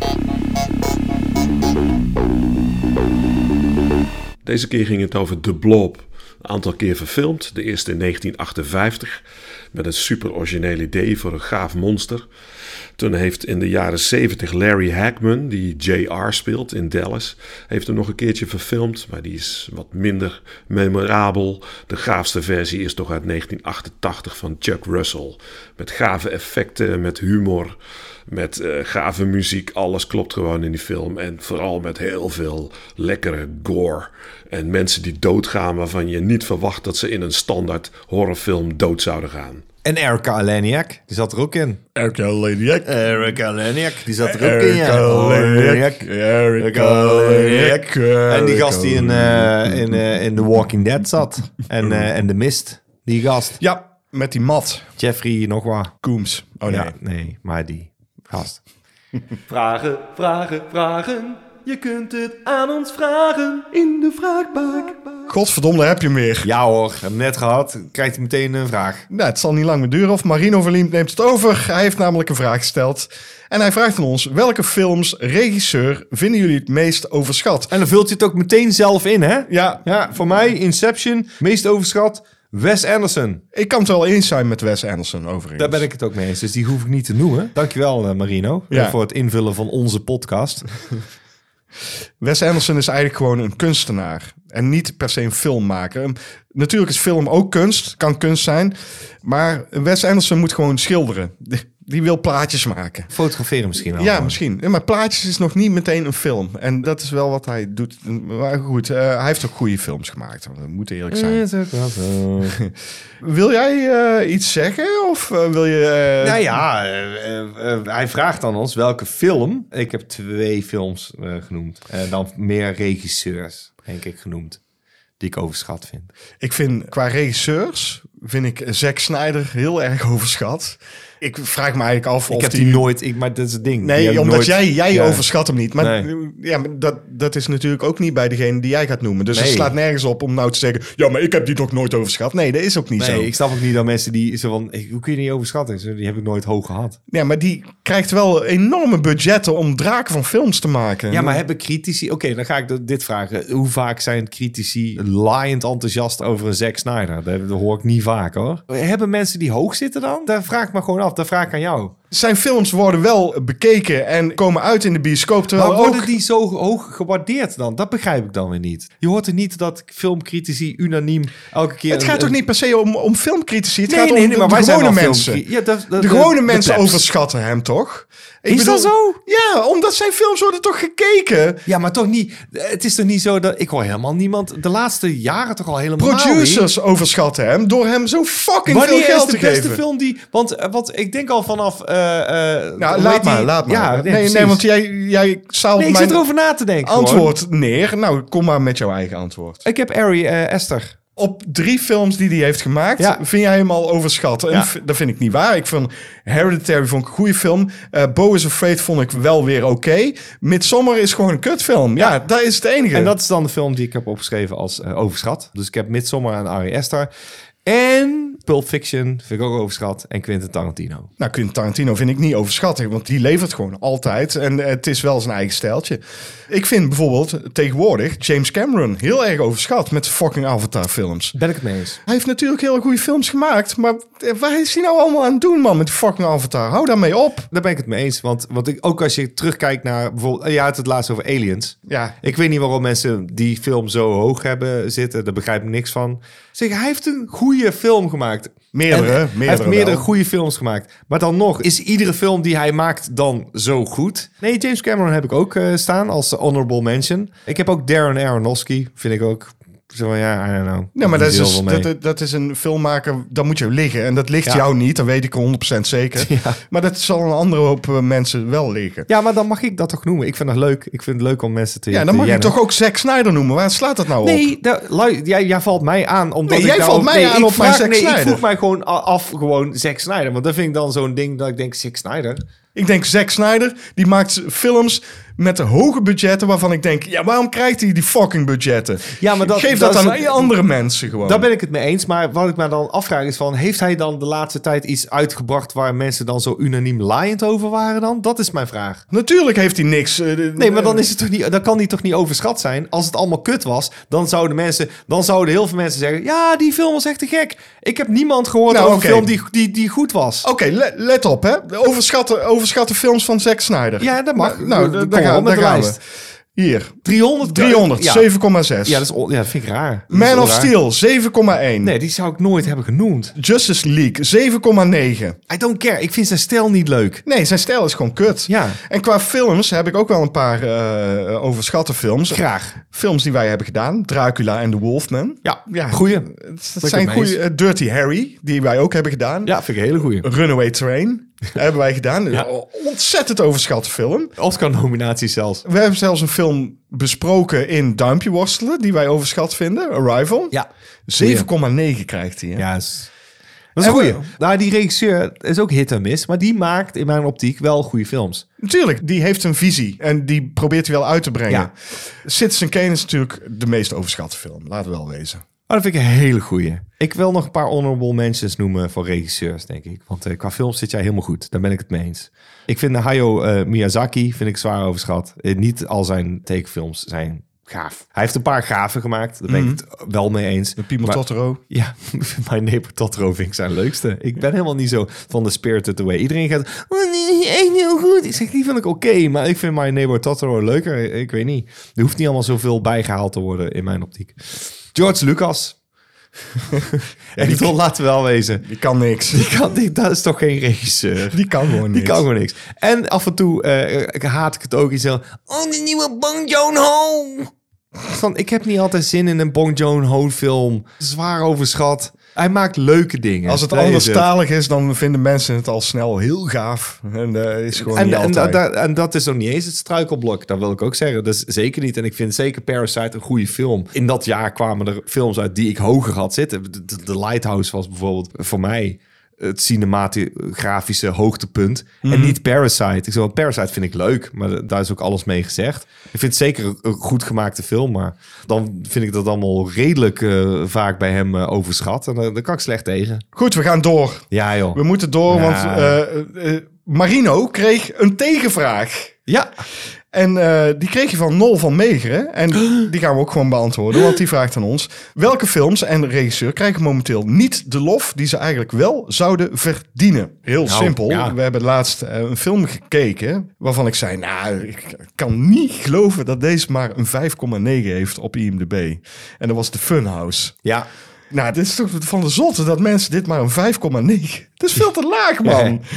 Deze keer ging het over The Blob. Een aantal keer verfilmd. De eerste in negentien achtenvijftig. Met een super origineel idee voor een gaaf monster. Toen heeft in de jaren zeventig Larry Hagman, die J R speelt in Dallas, heeft hem nog een keertje verfilmd. Maar die is wat minder memorabel. De gaafste versie is toch uit negentien achtentachtig van Chuck Russell. Met gave effecten, met humor, met uh, gave muziek. Alles klopt gewoon in die film. En vooral met heel veel lekkere gore. En mensen die doodgaan waarvan je niet verwacht dat ze in een standaard horrorfilm dood zouden gaan. En Erika Eleniak, die zat er ook in. Erika Leniak. Erika Eleniak, die zat er ook in, ja. Erika Leniak. Erika Leniak. En die gast die in, uh, in, uh, in The Walking Dead zat. En, uh, en The Mist, die gast. Ja, met die mat. Jeffrey nog wat. Coombs. Oh nee. Ja, nee, maar die gast. Vragen, vragen, vragen. Je kunt het aan ons vragen in de vraagbak. Godverdomme, daar heb je hem weer. Ja hoor, heb hem net gehad. Krijgt hij meteen een vraag. Nou, het zal niet lang meer duren of Marino Verliemd neemt het over. Hij heeft namelijk een vraag gesteld. En hij vraagt aan ons, welke films, regisseur vinden jullie het meest overschat? En dan vult je het ook meteen zelf in, hè? Ja, Ja, voor mij Inception, meest overschat, Wes Anderson. ik kan het wel eens zijn met Wes Anderson overigens. Daar ben ik het ook mee eens, dus die hoef ik niet te noemen. Dankjewel, uh, Marino, Ja. uh, voor het invullen van onze podcast. Wes Anderson is eigenlijk gewoon een kunstenaar. En niet per se een filmmaker. Een- Natuurlijk is film ook kunst, kan kunst zijn. Maar Wes Anderson moet gewoon schilderen. Die wil plaatjes maken. Fotograferen misschien wel. Ja, misschien. Ja, maar plaatjes is nog niet meteen een film. En dat is wel wat hij doet. Maar goed, uh, hij heeft ook goede films gemaakt. We moeten eerlijk zijn. Is ook wel zo. Wil jij uh, iets zeggen? Of uh, wil je... Uh... Nou ja, uh, uh, uh, hij vraagt aan ons welke film. Ik heb twee films uh, genoemd. En dan meer regisseurs, denk ik, genoemd. Die ik overschat vind. Ik vind qua regisseurs, vind ik Zack Snyder heel erg overschat. Ik vraag me eigenlijk af of Ik heb die... die nooit... Ik, maar dat is het ding. Die Nee, heb omdat nooit- jij, jij Ja. overschat hem niet. Maar, Nee. ja, maar dat, dat is natuurlijk ook niet bij degene die jij gaat noemen. Dus Nee. het slaat nergens op om nou te zeggen... ja, maar ik heb die toch nooit overschat. Nee, dat is ook niet Nee, zo. ik snap ook niet dat mensen die zo van... hey, hoe kun je die overschatten? Zo, die heb ik nooit hoog gehad. Ja, maar die krijgt wel enorme budgetten om draken van films te maken. Ja, maar hebben critici... Oké, dan ga ik dit vragen. Hoe vaak zijn critici laaiend enthousiast over een Zack Snyder? Dat, dat hoor ik niet vaak, hoor. Hebben mensen die hoog zitten dan? Daar vraag ik me gewoon af. Dat vraag ik aan jou. Zijn films worden wel bekeken en komen uit in de bioscoop. Terwijl Maar worden ook... die zo hoog gewaardeerd dan? Dat begrijp ik dan weer niet. Je hoort er niet dat filmcritici unaniem elke keer... Het gaat een- toch niet per se om, om filmcritici? Het Nee, gaat nee, om nee, de, maar de wij zijn gewone wel mensen. filmcri- Ja, dat- dat- De gewone de mensen plebs. overschatten hem toch? Ik Is dat zo? Ja, omdat zijn films worden toch gekeken. Ja, maar toch niet... Het is toch niet zo dat... Ik hoor helemaal niemand... De laatste jaren toch al helemaal niet. Producers overschatten hem door hem zo fucking Wanneer veel geld is de te beste geven. film die... Want, eh, want ik denk al vanaf... eh, uh, Nou, laat maar, laat maar. Ja, nee, nee, nee, want jij, jij zou nee, ik mijn zit erover na te denken. antwoord Gewoon. neer. Nou, kom maar met jouw eigen antwoord. Ik heb Ari uh, Esther. Op drie films die hij heeft gemaakt, Ja. vind jij hem al overschat. En Ja. v- dat vind ik niet waar. Ik vond Hereditary vond ik een goede film. Uh, Beau is Afraid vond ik wel weer oké. Okay. Midsommar is gewoon een kutfilm. Ja, dat is het enige. En dat is dan de film die ik heb opgeschreven als uh, overschat. Dus ik heb Midsommar en Ari Aster. En Pulp Fiction vind ik ook overschat. En Quentin Tarantino. Nou, Quentin Tarantino vind ik niet overschattig, want die levert gewoon altijd. En uh, het is wel zijn eigen stijltje. Ik vind bijvoorbeeld tegenwoordig James Cameron heel erg overschat met de fucking Avatar films. Ben ik het mee eens. Hij heeft natuurlijk hele goede films gemaakt, maar waar is hij nou allemaal aan het doen, man, met de fucking Avatar? Hou daarmee op. Daar ben ik het mee eens. Want, want ik, ook als je terugkijkt naar bijvoorbeeld... Je had het laatst over Aliens. Ja. Ik weet niet waarom mensen die film zo hoog hebben zitten. Daar begrijp ik niks van. Zeg, hij heeft een goede film gemaakt. Meerdere, En meerdere Hij heeft meerdere wel. goede films gemaakt. Maar dan nog, is iedere film die hij maakt dan zo goed? Nee, James Cameron heb ik ook uh, staan als honorable mention. Ik heb ook Darren Aronofsky, vind ik ook... Zo van, ja, I don't know. Nee, maar dat is, Heel dus, veel mee. dat, dat is een filmmaker, dat moet je liggen. En dat ligt Ja. jou niet, dat weet ik honderd procent zeker. Ja. Maar dat zal een andere hoop uh, mensen wel liggen. Ja, maar dan mag ik dat toch noemen. Ik vind het leuk. Ik vind het leuk om mensen te Ja, dan te mag je jennen. toch ook Zack Snyder noemen. Waar slaat dat nou op? Nee, daar, lui, jij, jij valt mij aan. Omdat Nee, ik jij nou- valt mij nee, aan ik op mijn vraag- Zack nee, Snyder. Ik vroeg mij gewoon a- af, gewoon Zack Snyder. Want dat vind ik dan zo'n ding dat ik denk, Zack Snyder? Ik denk Zack Snyder, die maakt films met hoge budgetten waarvan ik denk, ja, waarom krijgt hij die fucking budgetten? Ja, maar dat- Geef dat dat, is aan een- andere mensen gewoon. Daar ben ik het mee eens. Maar wat ik me dan afvraag is van... Heeft hij dan de laatste tijd iets uitgebracht... waar mensen dan zo unaniem laaiend over waren dan? Dat is mijn vraag. Natuurlijk heeft hij niks. uh, de- Nee, maar dan, is het toch niet, dan kan die toch niet overschat zijn? Als het allemaal kut was, dan zouden mensen... Dan zouden heel veel mensen zeggen... Ja, die film was echt te gek. Ik heb niemand gehoord Nou, over oké. een film die, die, die goed was. Oké, le- let op, hè. De overschatte, overschatte films van Zack Snyder. Ja, dat mag. Nou, nou Kom da- daar op gaan, met daar de gaan we. lijst. Hier. driehonderd? driehonderd, Ja. zeven komma zes. Ja, dat, is, on- ja, dat vind ik raar. Dat Man is of raar. Steel, zeven komma één. Nee, die zou ik nooit hebben genoemd. Justice League, zeven komma negen. I don't care. Ik vind zijn stijl niet leuk. Nee, zijn stijl is gewoon kut. Ja. En qua films heb ik ook wel een paar uh, overschatte films. Graag. Films die wij hebben gedaan. Dracula en The Wolfman. Ja, Ja, goeie. Het ik zijn het mee goede. uh, Dirty Harry, die wij ook hebben gedaan. Ja, vind ik een hele goeie. Runaway Train hebben wij gedaan. Ja. Ontzettend overschatte film. Oscar-nominatie zelfs. We hebben zelfs een film besproken in Duimpje Worstelen, die wij overschat vinden. Arrival. Ja. zeven komma negen krijgt hij. hè? Ja, is, dat is een En we- goeie. Nou, die regisseur is ook hit en miss, maar die maakt in mijn optiek wel goede films. Natuurlijk, die heeft een visie en die probeert hij wel uit te brengen. Ja. Citizen Kane is natuurlijk de meest overschatte film, laten we wel wezen. Oh, dat vind ik een hele goeie. Ik wil nog een paar honorable mentions noemen voor regisseurs, denk ik. Want uh, qua films zit jij helemaal goed. Daar ben ik het mee eens. Ik vind Hayao uh, Miyazaki vind ik zwaar overschat. Uh, niet al zijn tekenfilms zijn gaaf. Hij heeft een paar gave gemaakt. Daar ben ik het wel mee eens. De Pimo Maar- Totoro. Ja, My Neighbor Totoro vind ik zijn leukste. Ik ben helemaal niet zo van de Spirited Away. Iedereen gaat, oh nee, echt heel goed. Ik zeg, die vind ik oké, maar ik vind My Neighbor Totoro leuker. Ik, ik weet niet. Er hoeft niet allemaal zoveel bijgehaald te worden in mijn optiek. George Lucas. En die wil laten we wel wezen. Die kan niks. Die kan, die, dat is toch geen regisseur? Die kan gewoon Die niks. kan gewoon niks. En af en toe eh, haat ik het ook iets zo. Oh, de nieuwe Bong Joon-ho. Van, ik heb niet altijd zin in een Bong Joon-ho film. Zwaar overschat. Hij maakt leuke dingen. Als het Dat is anderstalig is, dan vinden mensen het al snel heel gaaf. En dat is gewoon En, niet en, altijd. da- da- en dat is ook niet eens het struikelblok. Dat wil ik ook zeggen. Dat is zeker niet. En ik vind zeker Parasite een goede film. In dat jaar kwamen er films uit die ik hoger had zitten. De, de- The Lighthouse was bijvoorbeeld voor mij het cinematografische hoogtepunt. En niet Parasite. Ik zeg, Parasite vind ik leuk, maar d- daar is ook alles mee gezegd. Ik vind het zeker een- een goed gemaakte film, maar dan vind ik dat allemaal redelijk eh, vaak bij hem eh, overschat. En uh, daar kan ik slecht tegen. Goed, we gaan door. Ja, joh. We moeten door, Ja. want eh, eh, Marino kreeg een tegenvraag. Ja. En eh, die kreeg je van Nol van Meegeren. En die gaan we ook gewoon beantwoorden. Want die vraagt aan ons: welke films en de regisseur krijgen momenteel niet de lof die ze eigenlijk wel zouden verdienen? Heel Nou, simpel. ja. We hebben laatst eh, een film gekeken waarvan ik zei: nou, ik kan niet geloven dat deze maar een vijf komma negen heeft op I M D B. En dat was The Funhouse. Ja. Nou, dit is toch van de zotte dat mensen dit maar een vijf komma negen. Dat is veel te laag, man.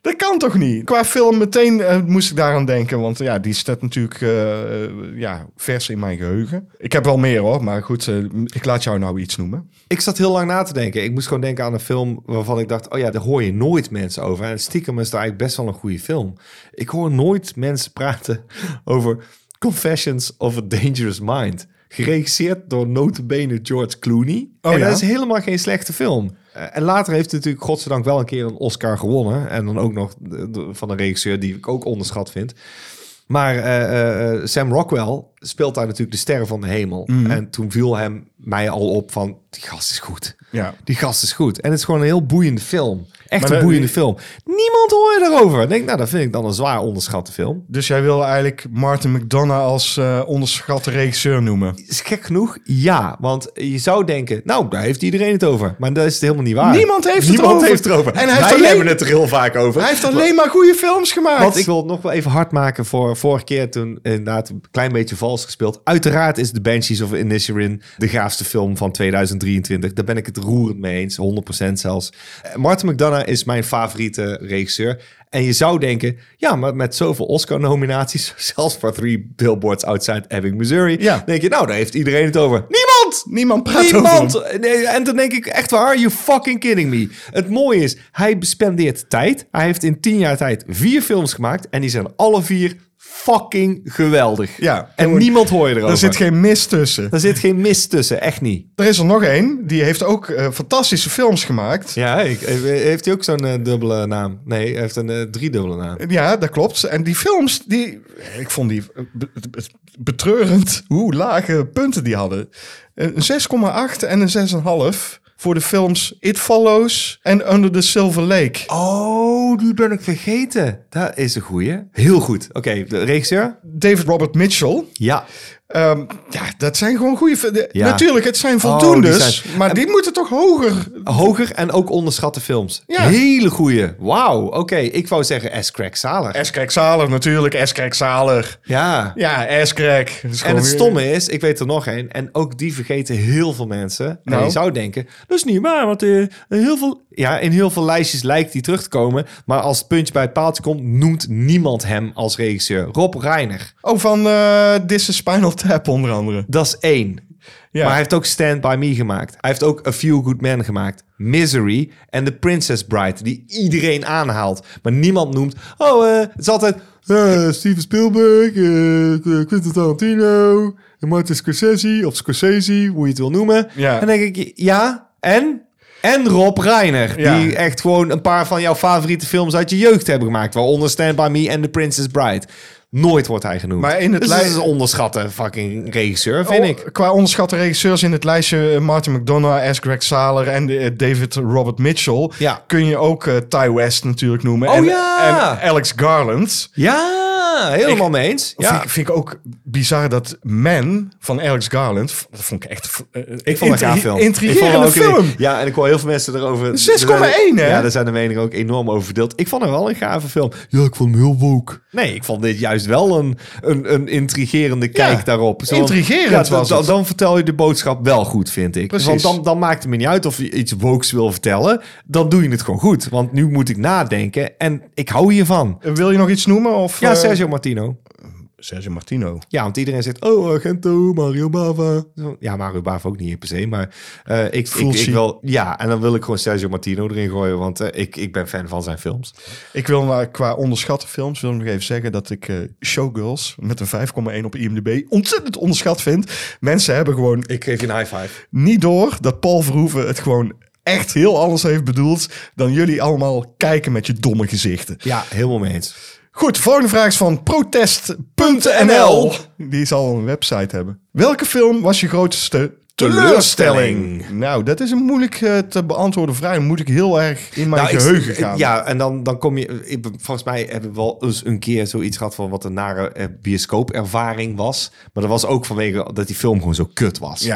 Dat kan toch niet? Qua film meteen uh, moest ik daaraan denken. Want ja, die staat natuurlijk uh, ja, vers in mijn geheugen. Ik heb wel meer hoor, maar goed, uh, ik laat jou nou iets noemen. Ik zat heel lang na te denken. Ik moest gewoon denken aan een film waarvan ik dacht... oh ja, daar hoor je nooit mensen over. En stiekem is het eigenlijk best wel een goede film. Ik hoor nooit mensen praten over Confessions of a Dangerous Mind. Geregisseerd door nota bene George Clooney. Oh, en ja? dat is helemaal geen slechte film. Uh, en later heeft hij natuurlijk godzijdank wel een keer een Oscar gewonnen. En dan ook nog de, de, van een regisseur die ik ook onderschat vind. Maar uh, uh, Sam Rockwell speelt daar natuurlijk de sterren van de hemel. Mm. En toen viel hem mij al op van... die gast is goed. Ja. Die gast is goed. En het is gewoon een heel boeiende film. Echt maar een de, boeiende film. Niemand hoor je daarover. Ik denk, nou, dat vind ik dan een zwaar onderschatte film. Dus jij wil eigenlijk Martin McDonagh als uh, onderschatte regisseur noemen? Is gek genoeg? Ja. Want je zou denken, nou, daar heeft iedereen het over. Maar dat is het helemaal niet waar. Niemand heeft Niemand het over. heeft het erover. En hij Wij alleen, hebben het er heel vaak over. Hij heeft alleen maar goede films gemaakt. Want ik wil het nog wel even hard maken voor vorige keer toen inderdaad een klein beetje vals gespeeld. Uiteraard is The Banshees of Inisherin de gaafste film van tweeduizend drieëntwintig. Daar ben ik het roerend mee eens, honderd procent zelfs. Martin McDonagh is mijn favoriete regisseur. En je zou denken, ja, maar met zoveel Oscar-nominaties, zelfs voor Three Billboards Outside Ebbing, Missouri, ja. denk je, nou, daar heeft iedereen het over. Niemand! Niemand praat Niemand! over Nee, en dan denk ik, echt waar, are you fucking kidding me? Het mooie is, hij spendeert tijd. Hij heeft in tien jaar tijd vier films gemaakt en die zijn alle vier fucking geweldig. Ja, en gewoon, niemand hoor je erover. Er zit geen mis tussen. Er zit geen mis tussen, echt niet. Er is er nog één, die heeft ook uh, fantastische films gemaakt. Ja, ik, heeft hij ook zo'n uh, dubbele naam? Nee, hij heeft een uh, driedubbele naam. Ja, dat klopt. En die films, die, ik vond die be- be- betreurend hoe lage punten die hadden. Een zes komma acht en een zes komma vijf voor de films It Follows en Under the Silver Lake. Oh, die ben ik vergeten. Dat is een goeie. Heel goed. Oké, okay, de regisseur? David Robert Mitchell. Ja. Um, ja, dat zijn gewoon goede films. Ja. Natuurlijk, het zijn voldoendes, oh, die zijn... maar en... die moeten toch hoger... Hoger en ook onderschatte films. Ja. Hele goeie. Wauw, oké. Okay. Ik wou zeggen S. Craig Saler. S. Craig Saler, natuurlijk. S. Craig Saler. Ja. Ja, S. Craig. En het stomme is, ik weet er nog één, en ook die vergeten heel veel mensen. Nou. En je zou denken, dat is niet waar, want uh, heel veel... Ja, in heel veel lijstjes lijkt hij terug te komen, maar als het puntje bij het paaltje komt, noemt niemand hem als regisseur. Rob Reiner. Oh, van uh, This is Spinal Tap onder andere. Dat is één. Ja. Maar hij heeft ook Stand By Me gemaakt. Hij heeft ook A Few Good Men gemaakt. Misery en The Princess Bride, die iedereen aanhaalt. Maar niemand noemt... Oh, uh, het is altijd... Uh, Steven Spielberg, uh, Quentin Tarantino, Martin Scorsese, of Scorsese, hoe je het wil noemen. Ja. En dan denk ik, ja, en... En Rob Reiner, ja. Die echt gewoon een paar van jouw favoriete films uit je jeugd hebben gemaakt. Waaronder Stand By Me en The Princess Bride. Nooit wordt hij genoemd. Maar in het dus lijst... is een onderschatte fucking regisseur, vind oh, ik. Qua onderschatte regisseurs in het lijstje Martin McDonagh, S. Greg Saler en uh, David Robert Mitchell... Ja. kun je ook uh, Ty West natuurlijk noemen. Oh en, ja! En Alex Garland. Ja, helemaal ik, mee eens. Ja. Vind, vind ik ook bizar dat Man van Alex Garland... Dat vond ik echt... Uh, ik vond het een gaaf film. Intrigerende film. Een, ja, en ik hoor heel veel mensen erover... zes komma één, hè? Ja, daar zijn de meningen ook enorm over verdeeld. Ik vond het wel een gave film. Ja, ik vond hem heel woke. Nee, ik vond dit juist wel een... Een, een intrigerende kijk ja, daarop. Zo, intrigerend ja, was dan, het. dan vertel je de boodschap wel goed, vind ik. Precies. Want dan, dan maakt het me niet uit of je iets wokes wil vertellen. Dan doe je het gewoon goed. Want nu moet ik nadenken en ik hou hiervan. Wil je nog iets noemen? Of, ja, Sergio Martino. Sergio Martino. Ja, want iedereen zegt, oh, Argento, Mario Bava. Ja, Mario Bava ook niet per se, maar uh, ik, ik, ik wil... Ja, en dan wil ik gewoon Sergio Martino erin gooien, want uh, ik, ik ben fan van zijn films. Ik wil maar qua onderschatte films, wil ik nog even zeggen dat ik uh, Showgirls met een vijf komma één op I M D B ontzettend onderschat vind. Mensen hebben gewoon... Ik geef je een high five. Niet door dat Paul Verhoeven het gewoon echt heel anders heeft bedoeld dan jullie allemaal kijken met je domme gezichten. Ja, helemaal mee eens. Goed, de volgende vraag is van protest punt n l. Die zal een website hebben. Welke film was je grootste teleurstelling? Nou, dat is een moeilijk uh, te beantwoorden vraag. Dan moet ik heel erg in mijn nou, geheugen ik, gaan. Ja, en dan, dan kom je... Ik, volgens mij hebben we wel eens een keer zoiets gehad van wat een nare uh, bioscoopervaring was. Maar dat was ook vanwege dat die film gewoon zo kut was. Ja.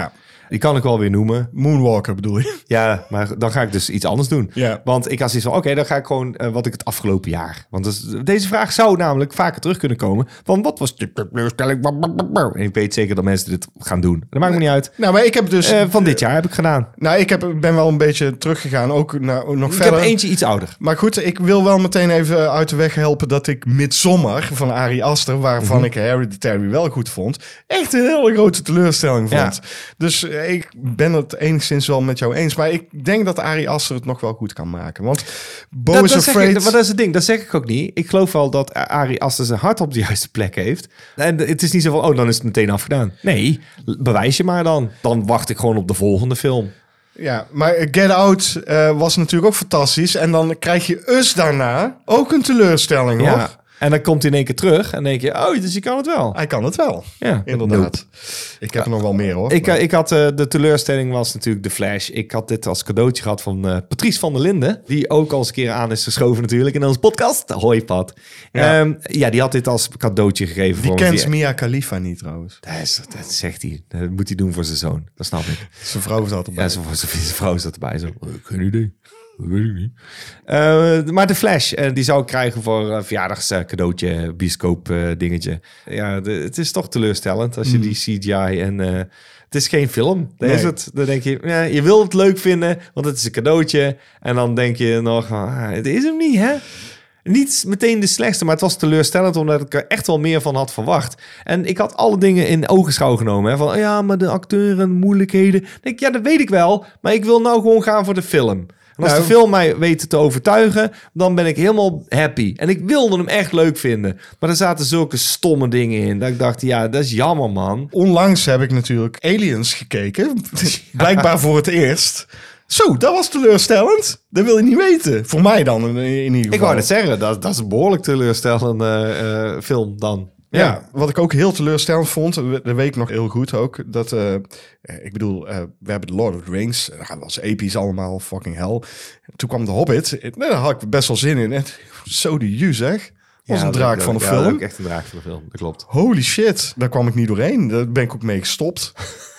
Die kan ik wel weer noemen. Moonwalker bedoel je? Ja, maar dan ga ik dus iets anders doen. Ja. Want ik had zoiets van, oké, dan ga ik gewoon uh, wat ik het afgelopen jaar. Want dus, deze vraag zou namelijk vaker terug kunnen komen. Van wat was de teleurstelling? En ik weet zeker dat mensen dit gaan doen. Dat maakt me niet uit. Nou, maar ik heb dus... Uh, van dit jaar heb ik gedaan. Nou, ik heb, ben wel een beetje teruggegaan. Ook naar, nog ik verder. heb eentje iets ouder. Maar goed, ik wil wel meteen even uit de weg helpen dat ik Midsommar van Ari Aster, waarvan Mm-hmm. ik Hereditary wel goed vond, echt een hele grote teleurstelling vond. Ja. Dus uh, ik ben het enigszins wel met jou eens. Maar ik denk dat Ari Aster het nog wel goed kan maken. Want Bo Dat, is dat zeg Afraid... ik, maar dat is het ding, dat zeg ik ook niet. Ik geloof wel dat Ari Aster zijn hart op de juiste plek heeft. En het is niet zo van, oh, dan is het meteen afgedaan. Nee, bewijs je maar dan. Dan wacht ik gewoon op de volgende film. Ja, maar Get Out uh, was natuurlijk ook fantastisch. En dan krijg je Us daarna ook een teleurstelling, hoor. Ja. En dan komt hij in één keer terug en dan denk je, oh, dus je kan het wel. Hij kan het wel, Ja, inderdaad. nope. Ik heb er nog wel meer, hoor. Ik, ik had uh, de teleurstelling was natuurlijk The Flash. Ik had dit als cadeautje gehad van uh, Patrice van der Linden. Die ook al eens een keer aan is geschoven natuurlijk in onze podcast. Hoi, Pat. Ja. Um, ja, die had dit als cadeautje gegeven. Die voor kent hem. Mia Khalifa niet, trouwens. Dat, is, dat zegt hij. Dat moet hij doen voor zijn zoon. Dat snap ik. Zijn vrouw zat erbij. Ja, zijn, zijn vrouw zat erbij. Zo, oh, geen idee. Dat weet ik niet. Uh, maar de Flash, uh, die zou ik krijgen voor uh, verjaardagscadeautje, bioscoop uh, dingetje. Ja, de, het is toch teleurstellend als je Mm. die C G I en... Uh, het is geen film. Dan, Nee. is het, dan denk je, ja, je wil het leuk vinden, want het is een cadeautje. En dan denk je nog, ah, het is hem niet, hè? Niet meteen de slechtste, maar het was teleurstellend omdat ik er echt wel meer van had verwacht. En ik had alle dingen in ogenschouw genomen. Hè, van, oh ja, maar de acteur en moeilijkheden. Dan denk ik, ja, dat weet ik wel. Maar ik wil nou gewoon gaan voor de film. En als Nou, de film mij weet te overtuigen, dan ben ik helemaal happy. En ik wilde hem echt leuk vinden. Maar er zaten zulke stomme dingen in. Dat ik dacht, ja, dat is jammer, man. Onlangs heb ik natuurlijk Aliens gekeken. Blijkbaar voor het eerst. Zo, dat was teleurstellend. Dat wil je niet weten. Voor mij dan in, in ieder geval. Ik wou net zeggen, dat, dat is een behoorlijk teleurstellende uh, film dan. Ja, Ja. wat ik ook heel teleurstellend vond, dat weet ik nog heel goed ook, dat, uh, ik bedoel, uh, we hebben The Lord of the Rings, dat was episch allemaal, fucking hell. Toen kwam The Hobbit, nou, daar had ik best wel zin in. En zo de ju zeg, was Ja, een draak dat- van de ja, film. dat is ook echt een draak van de film, dat klopt. Holy shit, daar kwam ik niet doorheen. Daar ben ik ook mee gestopt.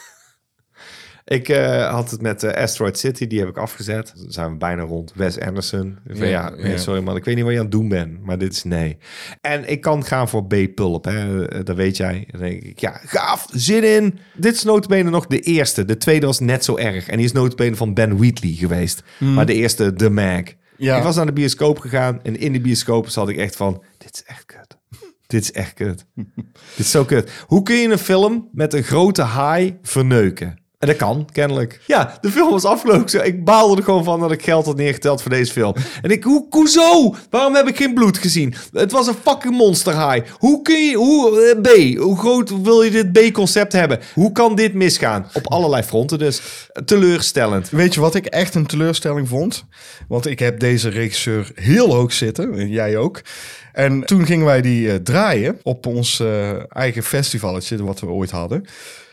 Ik uh, had het met uh, Asteroid City, die heb ik afgezet. Dan zijn we bijna rond. Wes Anderson. Van, ja, Ja, nee, ja. sorry man, ik weet niet wat je aan het doen bent, maar dit is nee. En ik kan gaan voor B-Pulp, hè. Dat weet jij. Dan denk ik, ja, gaaf, zin in. Dit is nota bene nog de eerste. De tweede was net zo erg. En die is nota bene van Ben Wheatley geweest. Maar de eerste, The Mag. Ja. Ik was naar de bioscoop gegaan en in de bioscoop zat ik echt van, dit is echt kut. Dit is echt kut. Dit is zo kut. Hoe kun je een film met een grote haai verneuken? En dat kan, kennelijk. Ja, de film was afgelopen. Zo, ik baalde er gewoon van dat ik geld had neergeteld voor deze film. En ik, hoe, hoezo? Waarom heb ik geen bloed gezien? Het was een fucking monsterhaai. Hoe kun je, hoe, uh, B, hoe groot wil je dit B-concept hebben? Hoe kan dit misgaan? Op allerlei fronten dus. Teleurstellend. Weet je wat ik echt een teleurstelling vond? Want ik heb deze regisseur heel hoog zitten, en jij ook. En toen gingen wij die uh, draaien op ons uh, eigen festivaletje, wat we ooit hadden.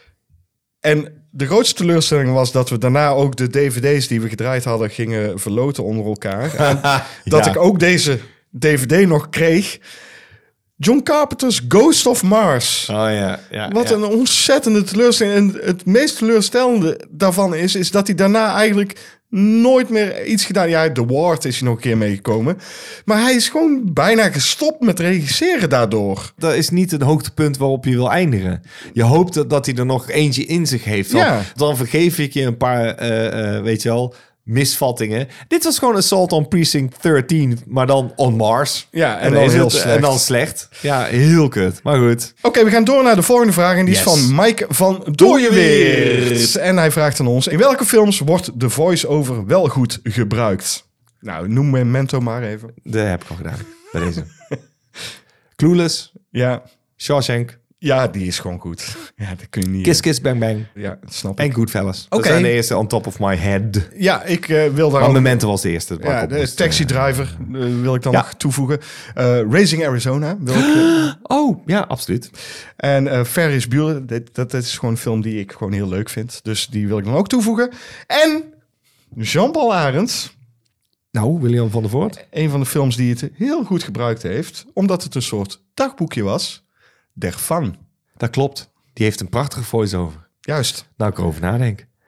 En de grootste teleurstelling was dat we daarna ook de D V D's die we gedraaid hadden gingen verloten onder elkaar. En dat Ja. ik ook deze D V D nog kreeg. John Carpenter's Ghost of Mars. Oh ja, ja. Wat ja. een ontzettende teleurstelling. En het meest teleurstellende daarvan is, is dat hij daarna eigenlijk nooit meer iets gedaan. Ja, The Ward is hij nog een keer meegekomen. Maar hij is gewoon bijna gestopt met regisseren daardoor. Dat is niet het hoogtepunt waarop je wil eindigen. Je hoopt dat, dat hij er nog eentje in zich heeft. Van, Ja. Dan vergeef ik je een paar, eh, eh, weet je wel, misvattingen. Dit was gewoon Assault on Precinct dertien, maar dan on Mars. Ja, en en, dan is heel het, slecht. En dan slecht. Ja, heel kut. Maar goed. Oké, we gaan door naar de volgende vraag. En die Yes. is van Mike van Dooyeweert. En hij vraagt aan ons: in welke films wordt de voice-over wel goed gebruikt? Nou, noem Memento maar even. Dat heb ik al gedaan. Bij deze. Clueless, Ja, Shawshank, ja, die is gewoon goed. Ja, dat kun je niet... Kiss Kiss Bang Bang Ja, dat snap ik. en Goodfellas. Dat Oké. zijn de eerste on top of my head. Ja, ik uh, wil daar Maar ook... Memento was de eerste. waar Ja, ik op de moest, Taxi eh, Driver uh, wil ik dan Ja. nog toevoegen. Uh, Raising Arizona wil ik... uh, Oh, ja, absoluut. en uh, Ferris Bueller, dat, dat is gewoon een film die ik gewoon heel leuk vind. Dus die wil ik dan ook toevoegen. En Jean-Paul Arends, Nou, William van der Voort. een van de films die het heel goed gebruikt heeft, omdat het een soort dagboekje was. Der Fan. Dat klopt. Die heeft een prachtige voice-over. Juist. Nou, ik erover nadenk.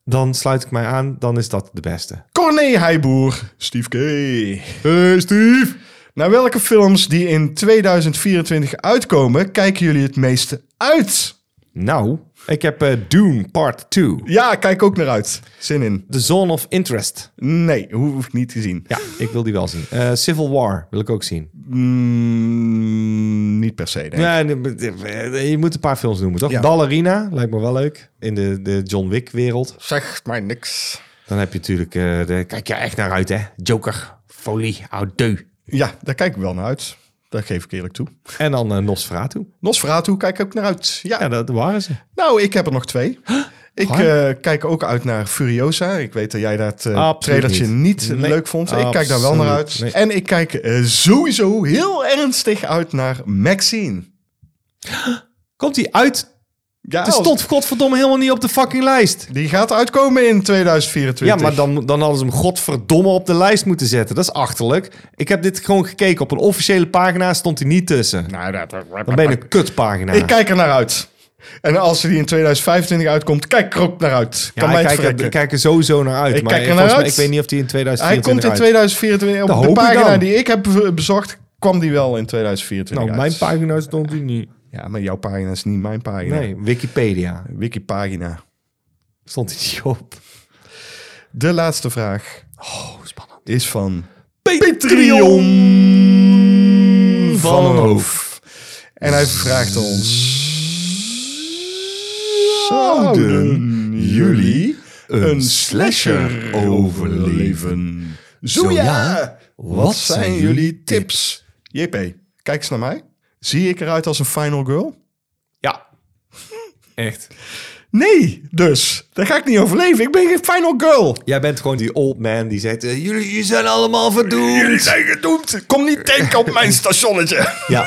dan sluit ik mij aan. Dan is dat de beste. Corné Heiboer, Steve K. Hey Steve! Naar welke films die in tweeduizend vierentwintig uitkomen, kijken jullie het meeste uit? Nou, ik heb uh, Dune Part twee. Ja, kijk ook naar uit. Zin in. The Zone of Interest. Nee, hoef ik niet te zien. Ja, ik wil die wel zien. Uh, Civil War wil ik ook zien. Mm, niet per se, denk ik. Ja, je moet een paar films noemen, toch? Ja. Ballerina, lijkt me wel leuk. In de, de John Wick wereld. Zeg maar niks. Dan heb je natuurlijk, uh, de, kijk je echt naar uit, hè? Joker, folie, oudeu. Ja, daar kijk ik wel naar uit. Dat geef ik eerlijk toe. En dan uh, Nosferatu. Nosferatu kijk ik ook naar uit. Ja, Ja, dat waren ze. nou, ik heb er nog twee. Ik Waar? uh, kijk ook uit naar Furiosa. Ik weet dat jij dat uh, Absoluut trailertje niet, niet. Nee, leuk vond. Ik kijk daar wel naar uit. absoluut. Nee. En ik kijk uh, sowieso heel ernstig uit naar Maxine. Komt die uit? Ja, Het als- stond godverdomme helemaal niet op de fucking lijst. die gaat uitkomen in tweeduizend vierentwintig. Ja, maar dan, dan hadden ze hem godverdomme op de lijst moeten zetten. Dat is achterlijk. Ik heb dit gewoon gekeken. Op een officiële pagina stond hij niet tussen. Nou, dat, Dan ben je een kutpagina. Ik kijk er naar uit. En als die in tweeduizend vijfentwintig uitkomt, kijk ik er ook naar uit. Ja, Kan mij ik, het kijk er, verrekken. ik kijk er sowieso naar uit. Ik maar kijk er volgens naar mij- uit. Ik weet niet of die in tweeduizend Hij komt vierentwintig in tweeduizend vierentwintig. Dat Op de hoop ik pagina dan. die ik heb be- bezocht, kwam die wel in tweeduizend vierentwintig Nou, uit. mijn pagina stond die niet. Ja, maar jouw pagina is niet mijn pagina. Nee, Wikipedia. Wikipagina. Stond hij niet op. De laatste vraag Oh, spannend. is van Patreon Van een Hoof. En hij vraagt ons... Zouden jullie een slasher overleven? Zo Zo ja! ja. Wat zijn jullie tips? J P, kijk eens naar mij. Zie ik eruit als een final girl? Ja. Echt. Nee, dus. Daar ga ik niet overleven. Ik ben geen final girl. Jij bent gewoon die old man die zegt... eh, jullie, jullie zijn allemaal verdoemd. Jullie zijn gedoemd. Kom niet denken op mijn stationnetje. Ja.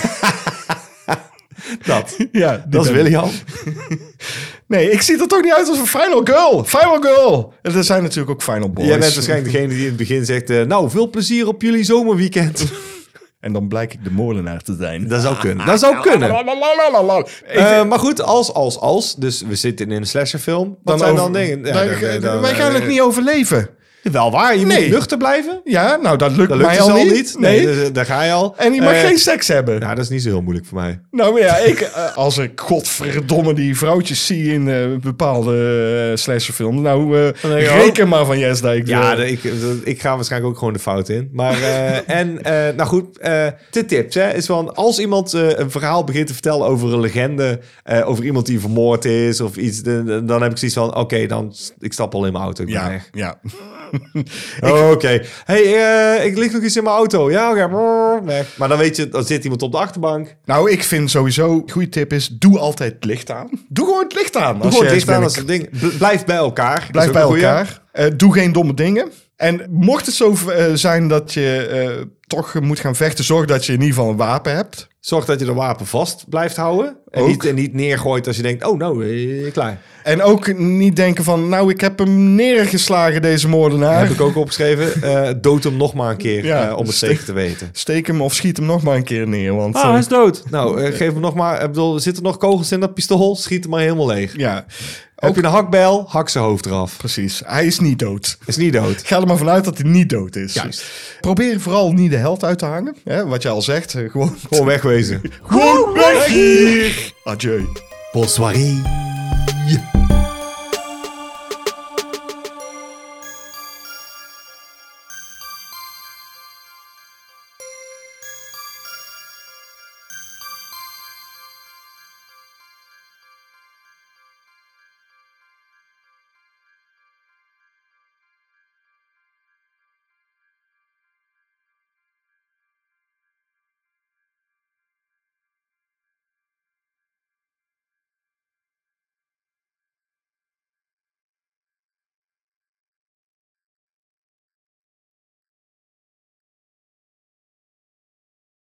dat. Ja, Dat is ben ik. William. Nee, ik zie er toch niet uit als een final girl. Final girl. En er zijn natuurlijk ook final boys. Jij bent waarschijnlijk degene die in het begin zegt... eh, nou, veel plezier op jullie zomerweekend. En dan blijk ik de moordenaar te zijn. Dat zou kunnen. Dat zou kunnen. Lalalala. Uh, maar goed, als, als, als. Dus we zitten in een slasherfilm. Wat zijn dan over- dingen? Ja, Wij, dan- dan- wij gaan eh, het niet overleven. Wel waar, je Nee. moet nuchter blijven. Ja, nou dat lukt Dat lukt mij dus al al niet. niet. Nee. Nee, dus, daar ga je al. En je mag Eh, geen seks hebben. Nou, dat is niet zo heel moeilijk voor mij. Nou ja, ik, eh, als ik godverdomme die vrouwtjes zie in eh, bepaalde uh, slasherfilms. Nou, eh, denk ik reken maar van Yes dat ik... Ja, eh, de- ik, de- ik ga waarschijnlijk ook gewoon de fout in. Maar, eh, en, eh, nou goed, eh, de tips, hè, is van als iemand eh, een verhaal begint te vertellen over een legende, eh, over iemand die vermoord is of iets, de- de- dan heb ik zoiets van, oké, dan ik stap al in mijn auto, ik ben ja, weg. ja. Oké. Hey, eh, ik lig nog iets in mijn auto. Ja, oké. brrr, weg. Maar dan weet je, dan zit iemand op de achterbank. Nou, ik vind sowieso, een goede tip is, doe altijd het licht aan. Doe gewoon het licht aan. Doe als gewoon je dicht aan ergens als bent. het ding. B- blijf bij elkaar. Blijf Is bij ook een goeie. elkaar. Eh, doe geen domme dingen. En mocht het zo eh, zijn dat je eh, toch moet gaan vechten, zorg dat je in ieder geval een wapen hebt. Zorg dat je de wapen vast blijft houden. En Ook. niet, en niet neergooit als je denkt, oh nou, eh, klaar. En ook niet denken van, nou, ik heb hem neergeslagen, deze moordenaar. Heb ik ook opgeschreven. eh dood hem nog maar een keer, Ja, eh, om het steek- zeker te weten. Steek hem of schiet hem nog maar een keer neer. Want, Ah, eh, hij is dood. Nou, eh, geef hem nog maar. Ik bedoel, zitten er nog kogels in dat pistool? Schiet hem maar helemaal leeg. ja, Heb je een hakbijl? Hak zijn hoofd eraf. precies. Hij is niet dood. Is niet dood. Ga er maar vanuit dat hij niet dood is. Juist. Probeer vooral niet de held uit te hangen. Hè, wat je al zegt. eh, Gewoon, Gewoon wegwezen. gewoon weg hier. Adieu. Bonsoiré.